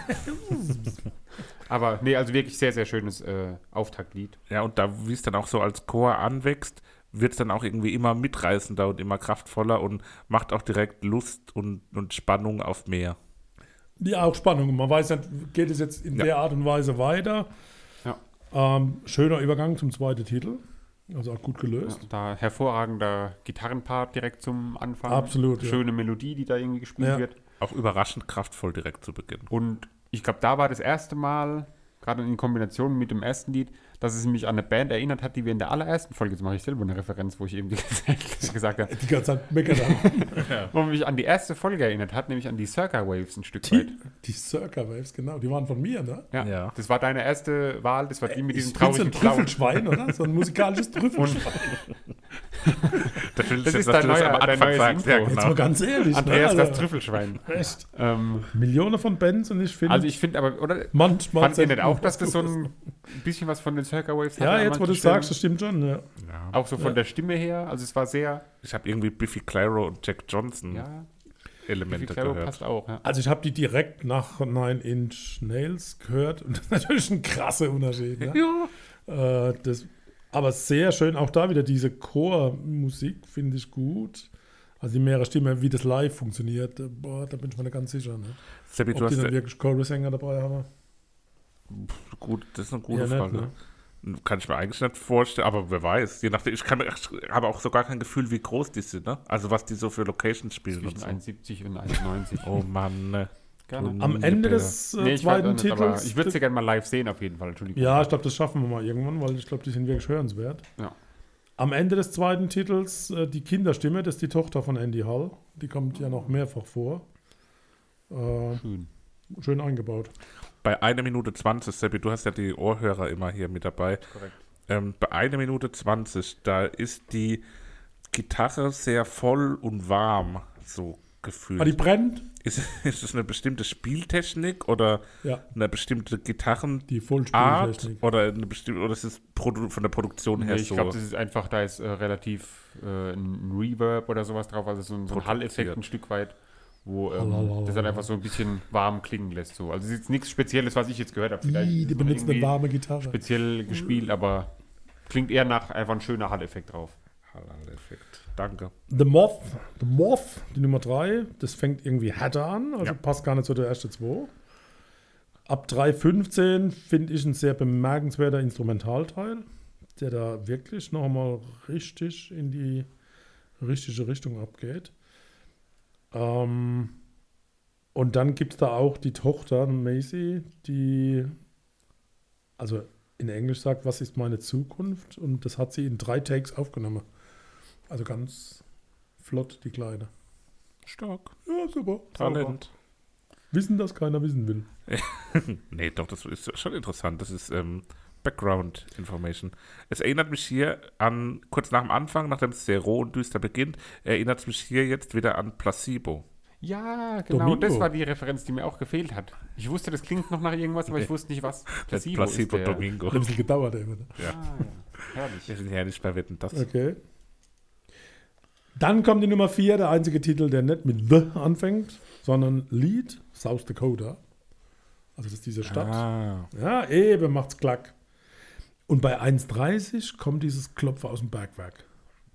Aber nee, also wirklich sehr, sehr schönes Auftaktlied. Ja, und da, wie es dann auch so als Chor anwächst, wird es dann auch irgendwie immer mitreißender und immer kraftvoller und macht auch direkt Lust und Spannung auf mehr. Ja, auch Spannung. Man weiß nicht, geht es jetzt in der Art und Weise weiter. Schöner Übergang zum zweiten Titel. Also auch gut gelöst. Ja, da hervorragender Gitarrenpart direkt zum Anfang. Absolut. Schöne Melodie, die da irgendwie gespielt wird. Auch überraschend kraftvoll direkt zu Beginn. Und ich glaube, da war das erste Mal, gerade in Kombination mit dem ersten Lied, dass es mich an eine Band erinnert hat, die wir in der allerersten Folge, jetzt mache ich selber eine Referenz, wo ich eben gesagt habe, die ganze Zeit meckert haben. wo mich an die erste Folge erinnert hat, nämlich an die Circa Waves ein Stück weit. Die Circa Waves, genau, die waren von mir, ne? Ja. Das war deine erste Wahl, das war die mit diesem traurigen Trüffelschwein, oder? So ein musikalisches Trüffelschwein. Das ist dein neues Intro. Ja, genau. Jetzt mal ganz ehrlich. Andreas, das Trüffelschwein. Echt? Millionen von Bands und ich finde... Also ich finde aber, oder? Manchmal fand ihr nicht auch, dass das so ein bisschen was von den Circa Waves hat? Ja, jetzt wo du sagst, das stimmt schon, ja. Auch so von der Stimme her, also es war sehr... Ich habe irgendwie Biffy Clyro und Jack Johnson Elemente Biffy Clyro gehört. Passt auch, ja. Also ich habe die direkt nach 9 Inch Nails gehört und das ist natürlich ein krasser Unterschied. Ne? Ja. Aber sehr schön, auch da wieder diese Chormusik finde ich gut. Also die mehrere Stimme, wie das live funktioniert, da bin ich mir nicht ganz sicher. Ne? Seppi, ob die dann wirklich Chorus-Sänger dabei haben. Gut, das ist eine gute Frage. Nicht, ne? Kann ich mir eigentlich nicht vorstellen, aber wer weiß. Je nachdem, ich habe auch so gar kein Gefühl, wie groß die sind, ne? Also was die so für Locations spielen. Zwischen 1,70 und 1,90. Oh Mann, ne? Am Ende des zweiten Titels. Ich würde sie gerne mal live sehen, auf jeden Fall. Entschuldigung. Ja, ich glaube, das schaffen wir mal irgendwann, weil ich glaube, die sind wirklich hörenswert. Ja. Am Ende des zweiten Titels die Kinderstimme, das ist die Tochter von Andy Hall. Die kommt ja noch mehrfach vor. Schön eingebaut. Bei 1 Minute 20, Seppi, du hast ja die Ohrhörer immer hier mit dabei. Korrekt. Bei 1 Minute 20, da ist die Gitarre sehr voll und warm, so gefühlt. Die brennt? Ist das eine bestimmte Spieltechnik oder eine bestimmte Gitarrenart? Die Vollspieltechnik. Oder ist es von der Produktion her so? Ich glaube, das ist einfach, da ist relativ ein Reverb oder sowas drauf, also so ein Hall-Effekt ein Stück weit, wo das dann einfach so ein bisschen warm klingen lässt. So. Also es ist jetzt nichts Spezielles, was ich jetzt gehört habe. Die benutzen eine warme Gitarre. Speziell gespielt, aber klingt eher nach einfach ein schöner Hall-Effekt drauf. Hall-Effekt. danke. The Moth, die Nummer 3, das fängt irgendwie härter an, also passt gar nicht zu der ersten 2. Ab 3.15 finde ich ein sehr bemerkenswerter Instrumentalteil, der da wirklich nochmal richtig in die richtige Richtung abgeht. Und dann gibt es da auch die Tochter, Maisie, die, also in Englisch sagt, was ist meine Zukunft? Und das hat sie in 3 Takes aufgenommen. Also ganz flott, die Kleine. Stark. Ja, super. Talent. Wissen, dass keiner wissen will. Nee, doch, das ist schon interessant. Das ist Background Information. Es erinnert mich hier an, kurz nach dem Anfang, nachdem es sehr roh und düster beginnt, erinnert es mich hier jetzt wieder an Placebo. Ja, genau, Domingo. das war die Referenz, die mir auch gefehlt hat. Ich wusste, das klingt noch nach irgendwas, aber ich wusste nicht, was. Placebo ist der. Domingo. Hat ein bisschen gedauert eben. Ja. Ja. Herrlich. Wir sind ja nicht bei Wetten, das. Okay. Dann kommt die Nummer 4, der einzige Titel, der nicht mit The anfängt, sondern Lead, South Dakota. Also das ist diese Stadt. Ah. Ja, eben macht's klack. Und bei 1.30 kommt dieses Klopfer aus dem Bergwerk.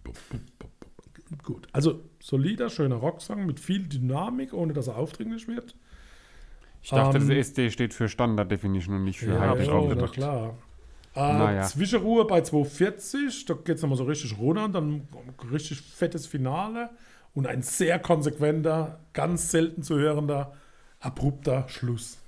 Gut, also solider, schöner Rocksong mit viel Dynamik, ohne dass er aufdringlich wird. Ich dachte, das SD steht für Standard Definition und nicht für Ja, hab ich auch na gedacht. klar. Naja. Zwischenruhe bei 2.40, da geht es nochmal so richtig runter und dann ein richtig fettes Finale und ein sehr konsequenter, ganz selten zu hörender, abrupter Schluss.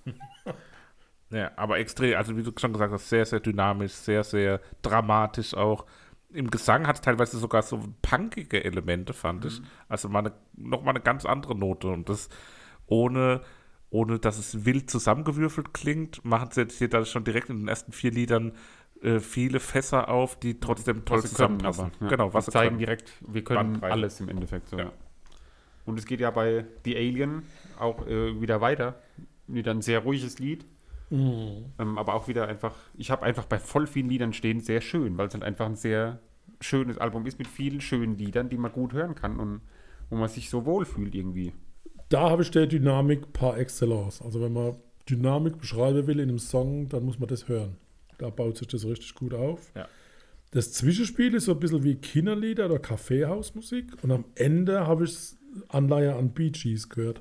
Ja, aber extrem, also wie du schon gesagt hast, sehr, sehr dynamisch, sehr, sehr dramatisch auch. Im Gesang hat es teilweise sogar so punkige Elemente, fand ich. Also nochmal eine ganz andere Note. Und das ohne dass es wild zusammengewürfelt klingt, machen sie jetzt hier da schon direkt in den ersten 4 Liedern viele Fässer auf, die trotzdem toll Was sie können, zusammenpassen. aber, ja. Genau, was sie sie zeigen können. direkt, wir können Bandbreite. alles im Endeffekt. So. Ja. Und es geht ja bei The Alien auch wieder weiter. Wieder ein sehr ruhiges Lied. Aber auch wieder einfach, ich habe einfach bei voll vielen Liedern stehen, sehr schön, weil es halt einfach ein sehr schönes Album ist mit vielen schönen Liedern, die man gut hören kann und wo man sich so wohlfühlt irgendwie. Da habe ich der Dynamik par excellence. Also wenn man Dynamik beschreiben will in einem Song, dann muss man das hören. Da baut sich das richtig gut auf. Ja. Das Zwischenspiel ist so ein bisschen wie Kinderlieder oder Kaffeehausmusik und am Ende habe ich Anleihe an Bee Gees gehört.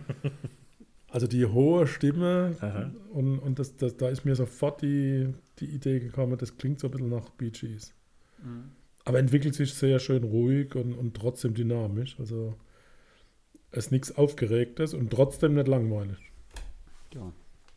Also die hohe Stimme und da ist mir sofort die Idee gekommen, das klingt so ein bisschen nach Bee Gees. Aber entwickelt sich sehr schön ruhig und trotzdem dynamisch. Also es ist nichts Aufgeregtes und trotzdem nicht langweilig. Ja.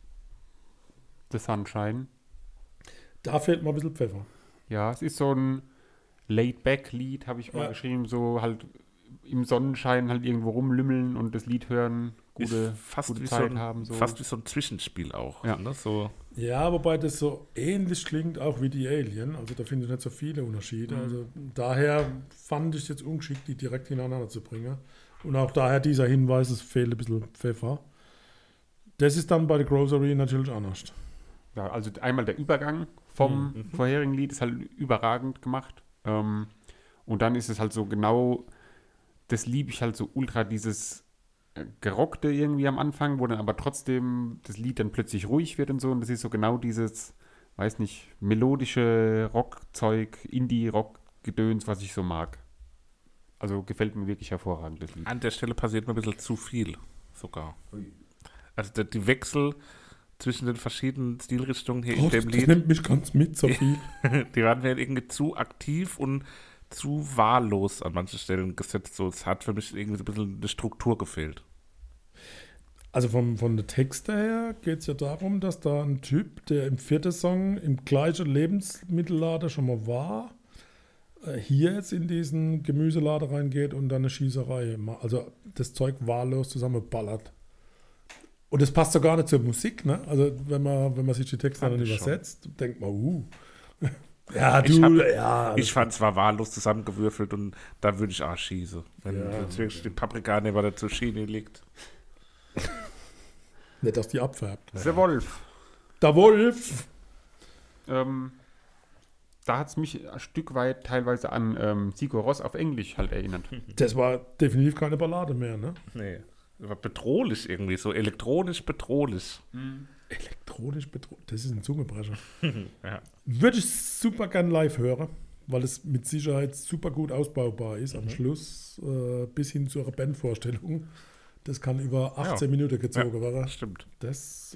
The Sunshine. Da fehlt mal ein bisschen Pfeffer. Ja, es ist so ein Laid-Back-Lied, habe ich mal geschrieben, so halt im Sonnenschein halt irgendwo rumlümmeln und das Lied hören, gute Zeit haben. So. Fast wie so ein Zwischenspiel auch. Ja. Ne? So. Ja, wobei das so ähnlich klingt auch wie die Alien. Also da finde ich nicht so viele Unterschiede. Also daher fand ich es jetzt ungeschickt, die direkt hintereinander zu bringen. Und auch daher dieser Hinweis, es fehlt ein bisschen Pfeffer. Das ist dann bei der Grocery natürlich anders. Ja, also einmal der Übergang vom vorherigen Lied ist halt überragend gemacht. Und dann ist es halt so genau, das liebe ich halt so ultra, dieses Gerockte irgendwie am Anfang, wo dann aber trotzdem das Lied dann plötzlich ruhig wird und so. Und das ist so genau dieses, weiß nicht, melodische Rockzeug, Indie-Rock-Gedöns, was ich so mag. Also gefällt mir wirklich hervorragend, das Lied. An der Stelle passiert mir ein bisschen zu viel sogar. Also die Wechsel zwischen den verschiedenen Stilrichtungen hier in dem Das Lied, nimmt mich ganz mit, so viel. die waren mir irgendwie zu aktiv und zu wahllos an manchen Stellen gesetzt. So, es hat für mich irgendwie so ein bisschen eine Struktur gefehlt. Also von der Texte her geht es ja darum, dass da ein Typ, der im 4. Song im gleichen Lebensmittelladen schon mal war, hier jetzt in diesen Gemüseladen reingeht und dann eine Schießerei macht. Also das Zeug wahllos zusammenballert. Und das passt so gar nicht zur Musik, ne? Also wenn man sich die Texte dann übersetzt, denkt man, ja, Ich fand zwar wahllos zusammengewürfelt und da würde ich auch schießen. Wenn jetzt wirklich die Paprika neben der Zucchini liegt. Nicht, dass die abfärbt. Der Wolf. Der Wolf! Da hat es mich ein Stück weit teilweise an Sigur Rós auf Englisch halt erinnert. Das war definitiv keine Ballade mehr, ne? Nee. Das war bedrohlich irgendwie, so elektronisch bedrohlich. Elektronisch bedroht. Das ist ein Zungebrecher. Ja. Würde ich super gern live hören. weil es mit Sicherheit super gut ausbaubar ist am Schluss, bis hin zu einer Bandvorstellung. Das kann über 18 Minuten gezogen werden. Stimmt. Das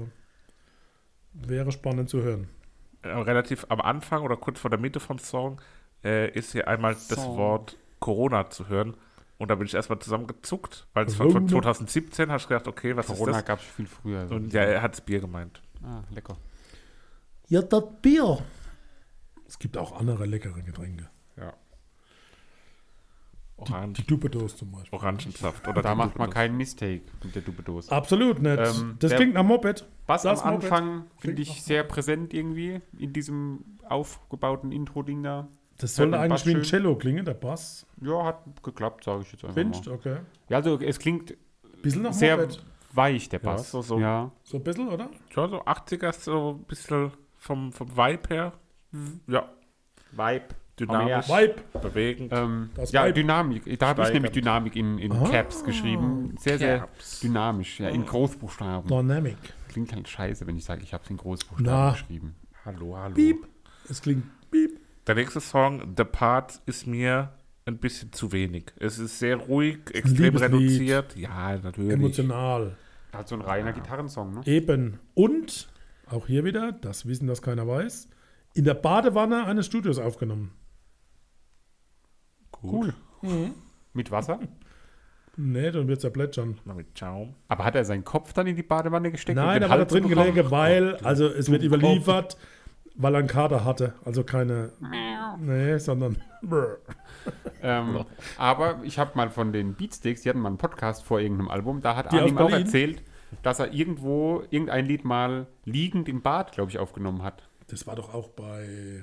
wäre spannend zu hören. Relativ am Anfang oder kurz vor der Mitte vom Song ist hier einmal das Wort Corona zu hören. Und da bin ich erstmal zusammengezuckt, weil es von 2017 hast du gedacht, okay, was Corona ist das? gab es viel früher. Und ja, er hat das Bier gemeint. Ah, lecker. Ja, das Bier. Es gibt auch andere leckere Getränke. Ja. Die Duppedose zum Beispiel. Orangensaft. Oder Da macht man keinen Mistake mit der Duppedose. Absolut nicht. Das der klingt nach Moped. Bass Das am Moped Anfang finde klingt ich sehr präsent irgendwie in diesem aufgebauten Intro-Ding da. Das sollte Hört den eigentlich Bass wie ein schön. Cello klingen, der Bass. Ja, hat geklappt, sage ich jetzt einfach Findest mal. okay. Ja, also es klingt Bisschen nach sehr Moped. weich, der Ja, Bass. so. Ja. So ein bisschen, oder? Ja, so 80er, so ein bisschen vom Vibe her. Ja, Vibe. dynamisch, Vibe. bewegend. Das Ja, Vibe. Dynamik. Da habe ich nämlich Dynamik in Caps geschrieben. Sehr, Caps. sehr dynamisch. Ja, in Großbuchstaben. Dynamic. Klingt halt scheiße, wenn ich sage, ich habe es in Großbuchstaben Na. geschrieben. Hallo. Piep. Es klingt piep. Der nächste Song, The Part, ist mir ein bisschen zu wenig. Es ist sehr ruhig, extrem Liebeslied. reduziert. Ja, natürlich. Emotional. Halt so ein reiner Gitarrensong, ne? Eben. Und, auch hier wieder, das Wissen, das keiner weiß, in der Badewanne eines Studios aufgenommen. Cool. Mit Wasser. Nee, dann wird es ja plätschern. Mal mit Schaum. Aber hat er seinen Kopf dann in die Badewanne gesteckt? Nein, und den da war er Hals drin bekommen? gelegen, weil, also es wird überliefert, weil er einen Kater hatte. Also keine, nee, sondern Aber ich habe mal von den Beatsticks, die hatten mal einen Podcast vor irgendeinem Album, da hat Die Arnim aus auch Berlin? erzählt, dass er irgendein Lied mal liegend im Bad, glaube ich, aufgenommen hat. das war doch auch bei,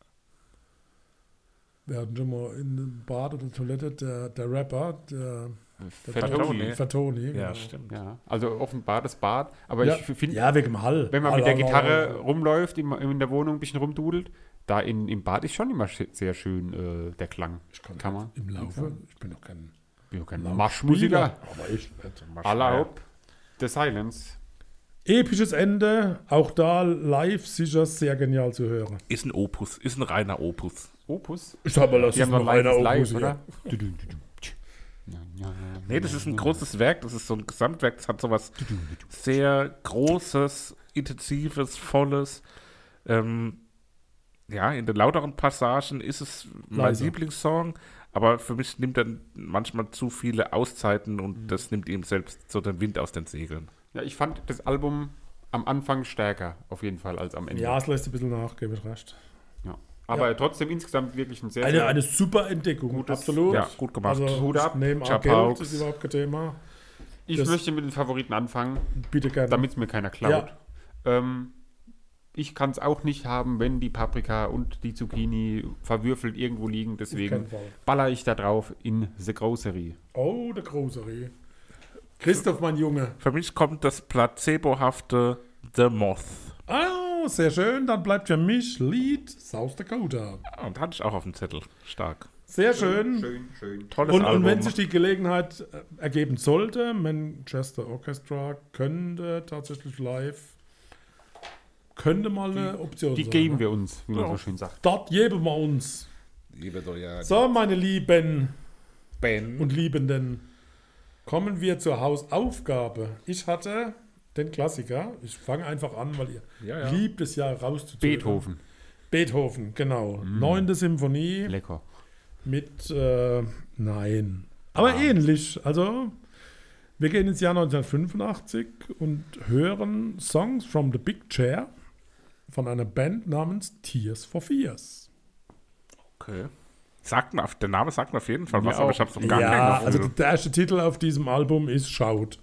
wir hatten schon mal in dem Bad oder Toilette der Rapper, der Fatoni. Fatoni. Ja, genau. stimmt. Ja, also offenbar das Bad. Aber Ja, ich finde, ja, wegen dem Hall. wenn man Hall, mit der Hall, Gitarre Hall. rumläuft, in der Wohnung ein bisschen rumdudelt, da im Bad ist schon immer sehr schön der Klang. Ich kann man. im Laufe, ich bin doch kein Ich bin kein Lautspieler, Marschmusiker. aber ich nicht. Erlaubt. The Silence. Episches Ende, auch da live sicher sehr genial zu hören. Ist ein Opus, ist ein reiner Opus. Opus. Ich sag mal, das Die haben noch live, oder? Nee, das ist ein großes Werk, das ist so ein Gesamtwerk, das hat sowas sehr Großes, Intensives, Volles. Ja, in den lauteren Passagen ist es mein Leiser. Lieblingssong, aber für mich nimmt er manchmal zu viele Auszeiten und das nimmt ihm selbst so den Wind aus den Segeln. Ja, ich fand das Album am Anfang stärker, auf jeden Fall, als am Ende. Ja, es lässt ein bisschen nach, gebe ich recht. Ja. Aber trotzdem insgesamt wirklich ein sehr, Eine super Entdeckung, absolut. Ja, gut gemacht. Also, Hut ab, neben Chap Geld Hawks. ist überhaupt kein Thema. Ich das- möchte mit den Favoriten anfangen, Bitte gerne. damit es mir keiner klaut. Ich kann es auch nicht haben, wenn die Paprika und die Zucchini verwürfelt irgendwo liegen. Deswegen keinen Fall. baller ich da drauf in The Grocery. Oh, der Großerie. Christoph, mein Junge. Für mich kommt das placebohafte The Moth. Oh, sehr schön. Dann bleibt für mich Lied South Dakota. Und hatte ich auch auf dem Zettel. Stark. Sehr schön. Schön. Tolles Und Album. wenn sich die Gelegenheit ergeben sollte, Manchester Orchestra könnte tatsächlich live, könnte mal eine Option Die sein. geben ne? wir uns, wie man Ja. so schön sagt. Dort geben wir uns. Liebe so, ja. So, meine Lieben Ben. und Liebenden, kommen wir zur Hausaufgabe. Ich hatte den Klassiker. Ich fange einfach an, weil ihr Ja. liebt es ja rauszuzögern. Beethoven. Beethoven, genau. 9. Symphonie Lecker. mit, nein, aber ähnlich. Also, wir gehen ins Jahr 1985 und hören Songs from the Big Chair von einer Band namens Tears for Fears. Okay. Der Name sagt mir auf jeden Fall Mir was, aber auch. ich habe so gar Ja, kein also Gefühl. der erste Titel auf diesem Album ist Shout.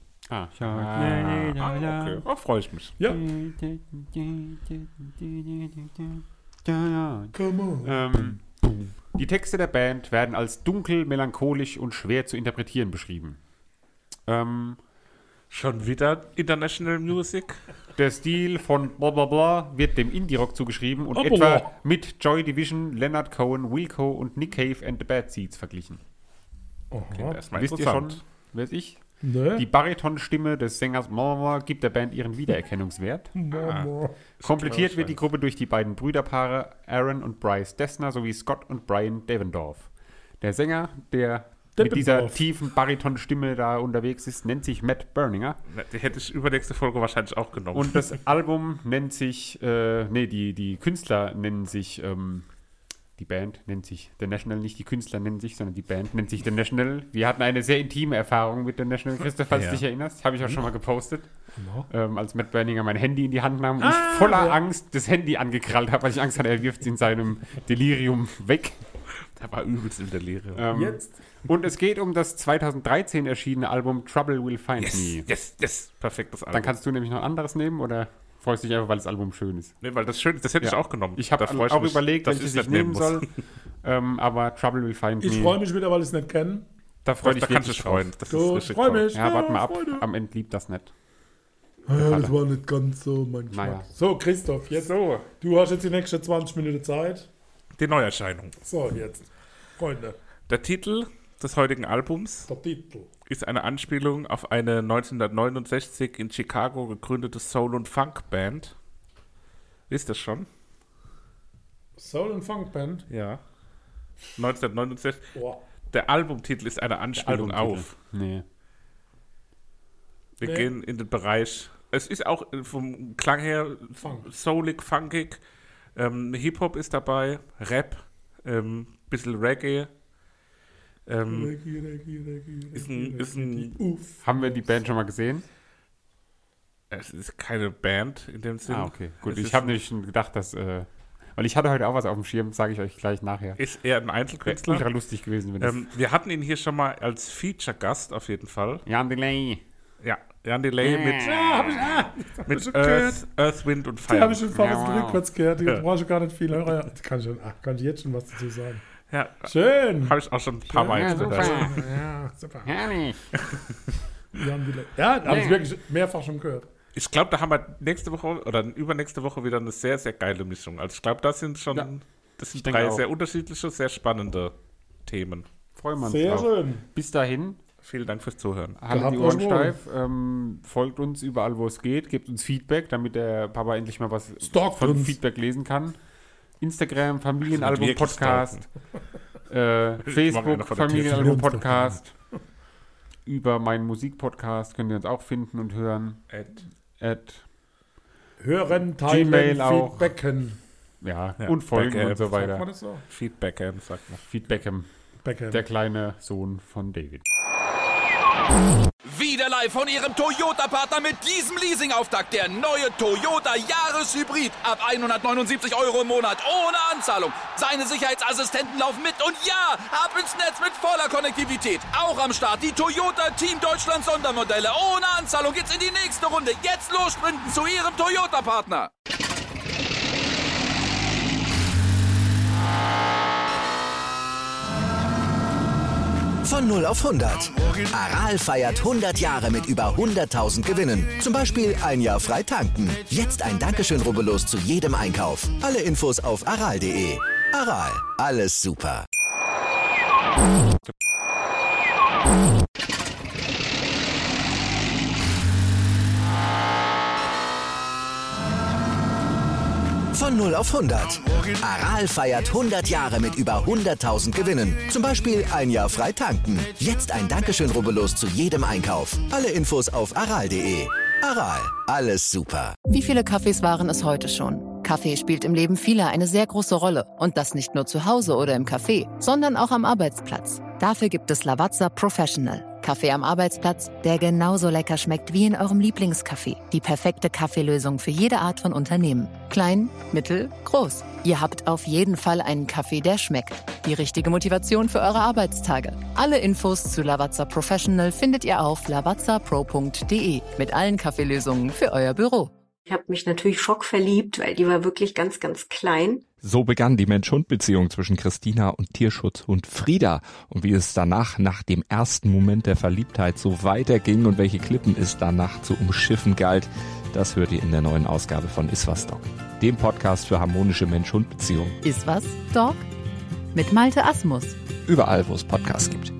Okay. Oh, freue ich mich. Ja. Come on. Die Texte der Band werden als dunkel, melancholisch und schwer zu interpretieren beschrieben. Schon wieder International Music? Der Stil von Blablabla wird dem Indie-Rock zugeschrieben und Blablabla. etwa mit Joy Division, Leonard Cohen, Wilco und Nick Cave and the Bad Seeds verglichen. Aha. Erstmal Wisst ihr interessant. schon, wer ist ich? Ne? Die Baritonstimme des Sängers Mormor gibt der Band ihren Wiedererkennungswert. Komplettiert wird die Gruppe durch die beiden Brüderpaare Aaron und Bryce Dessner sowie Scott und Brian Devendorf. Der Sänger, der mit dieser tiefen Baritonstimme da unterwegs ist, nennt sich Matt Berninger. Die hätte ich übernächste Folge wahrscheinlich auch genommen. Und das Album nennt sich, die Künstler nennen sich, die Band nennt sich The National, nicht die Künstler nennen sich, sondern die Band nennt sich The National. Wir hatten eine sehr intime Erfahrung mit The National, Christoph, falls du dich erinnerst. Habe ich auch schon mal gepostet. Als Matt Berninger mein Handy in die Hand nahm und ich voller Angst das Handy angekrallt habe, weil ich Angst hatte, er wirft es in seinem Delirium weg. Der war übelst im Delirium. Jetzt? Und es geht um das 2013 erschienene Album Trouble Will Find Me. Yes. Perfektes Album. Dann kannst du nämlich noch ein anderes nehmen oder freust du dich einfach, weil das Album schön ist? Nee, weil das schön ist. Das hätte ich auch genommen. Ich habe auch überlegt, welches ich nehmen soll. Aber Trouble Will Find Me. Ich freue mich wieder, weil ich es nicht kenne. Da freue ich mich wirklich dich freuen. Das Gut, ist ich freue mich. Ja, warte mal ab. Freude. Am Ende liebt das nicht. Ja, das war nicht ganz so mein Geschmack. Naja. So, Christoph, jetzt. So. Du hast jetzt die nächsten 20 Minuten Zeit. Die Neuerscheinung. So, jetzt. Freunde, Der Titel des heutigen Albums der Titel. ist eine Anspielung auf eine 1969 in Chicago gegründete Soul- und Funk-Band. Wisst ihr schon? Soul- und Funkband. Ja. 1969. Boah. Der Albumtitel ist eine Anspielung auf. Nee. Wir Nee. gehen in den Bereich. Es ist auch vom Klang her Funk. soulig, funkig. Hip-Hop ist dabei, Rap, bisschen Reggae. Ist ein Uff. Haben wir die Band schon mal gesehen? Es ist keine Band in dem Sinne. Okay, gut. Es Ich ist habe nämlich schon gedacht, dass, weil ich hatte heute auch was auf dem Schirm, sage ich euch gleich nachher. Ist eher ein Wäre Einzelkünstler. ultra lustig gewesen, wenn das... Wir hatten ihn hier schon mal als Feature-Gast auf jeden Fall. Jan Delay. Ja, Jan Delay mit Earth, Wind und Die Fire. habe ich schon fast Ja, wow. rückwärts gehört. Die brauche ich gar nicht viel hören. Kann ich jetzt schon was dazu sagen. Ja, Schön. habe ich auch schon ein paar Mal Ja, gehört. super. Ja, super. Herrlich. Ja, habe ich wirklich mehrfach schon gehört. Ich glaube, da haben wir nächste Woche oder übernächste Woche wieder eine sehr, sehr geile Mischung. Also ich glaube, das sind denke drei auch. sehr unterschiedliche, sehr spannende Themen. Freuen wir uns Sehr drauf. schön. Bis dahin, Vielen Dank fürs Zuhören. haltet Gehabt die Ohren euch wohl. steif, folgt uns überall, wo es geht, gebt uns Feedback, damit der Papa endlich mal was Stalkt von uns. Feedback lesen kann. Instagram, Familienalbum Wirklich Podcast, einer Facebook, von der Familienalbum Tür. Podcast. Über meinen Musikpodcast könnt ihr uns auch finden und hören. Hören, teilen, Gmail auch. Feedbacken. Ja, Ja, und folgen Backup. und so Sagt man weiter. das so? Feedback, sagt man. Feedbackem, Beckham. der kleine Sohn von David. Wieder live von Ihrem Toyota-Partner mit diesem Leasing-Auftakt. Der neue Toyota Jahreshybrid. Ab 179 € im Monat. Ohne Anzahlung. Seine Sicherheitsassistenten laufen mit. Und ja, ab ins Netz mit voller Konnektivität. Auch am Start die Toyota Team Deutschland Sondermodelle. Ohne Anzahlung geht's in die nächste Runde. Jetzt los sprinten zu Ihrem Toyota-Partner. Von 0 auf 100. Aral feiert 100 Jahre mit über 100.000 Gewinnen. Zum Beispiel ein Jahr frei tanken. Jetzt ein Dankeschön, rubbellos zu jedem Einkauf. Alle Infos auf aral.de. Aral, alles super. Von 0 auf 100. Aral feiert 100 Jahre mit über 100.000 Gewinnen. Zum Beispiel ein Jahr frei tanken. Jetzt ein Dankeschön, rubbellos zu jedem Einkauf. Alle Infos auf aral.de. Aral, alles super. Wie viele Kaffees waren es heute schon? Kaffee spielt im Leben vieler eine sehr große Rolle. Und das nicht nur zu Hause oder im Café, sondern auch am Arbeitsplatz. Dafür gibt es Lavazza Professional. Kaffee am Arbeitsplatz, der genauso lecker schmeckt wie in eurem Lieblingscafé. Die perfekte Kaffeelösung für jede Art von Unternehmen. Klein, mittel, groß. Ihr habt auf jeden Fall einen Kaffee, der schmeckt. Die richtige Motivation für eure Arbeitstage. Alle Infos zu Lavazza Professional findet ihr auf lavazzapro.de mit allen Kaffeelösungen für euer Büro. Ich habe mich natürlich schockverliebt, weil die war wirklich ganz, ganz klein. So begann die Mensch-Hund-Beziehung zwischen Christina und Tierschutzhund Frieda. Und wie es danach, nach dem ersten Moment der Verliebtheit, so weiterging und welche Klippen es danach zu umschiffen galt, das hört ihr in der neuen Ausgabe von Iswas Dog, dem Podcast für harmonische Mensch-Hund-Beziehungen. Ist was, Dog? Mit Malte Asmus. Überall, wo es Podcasts gibt.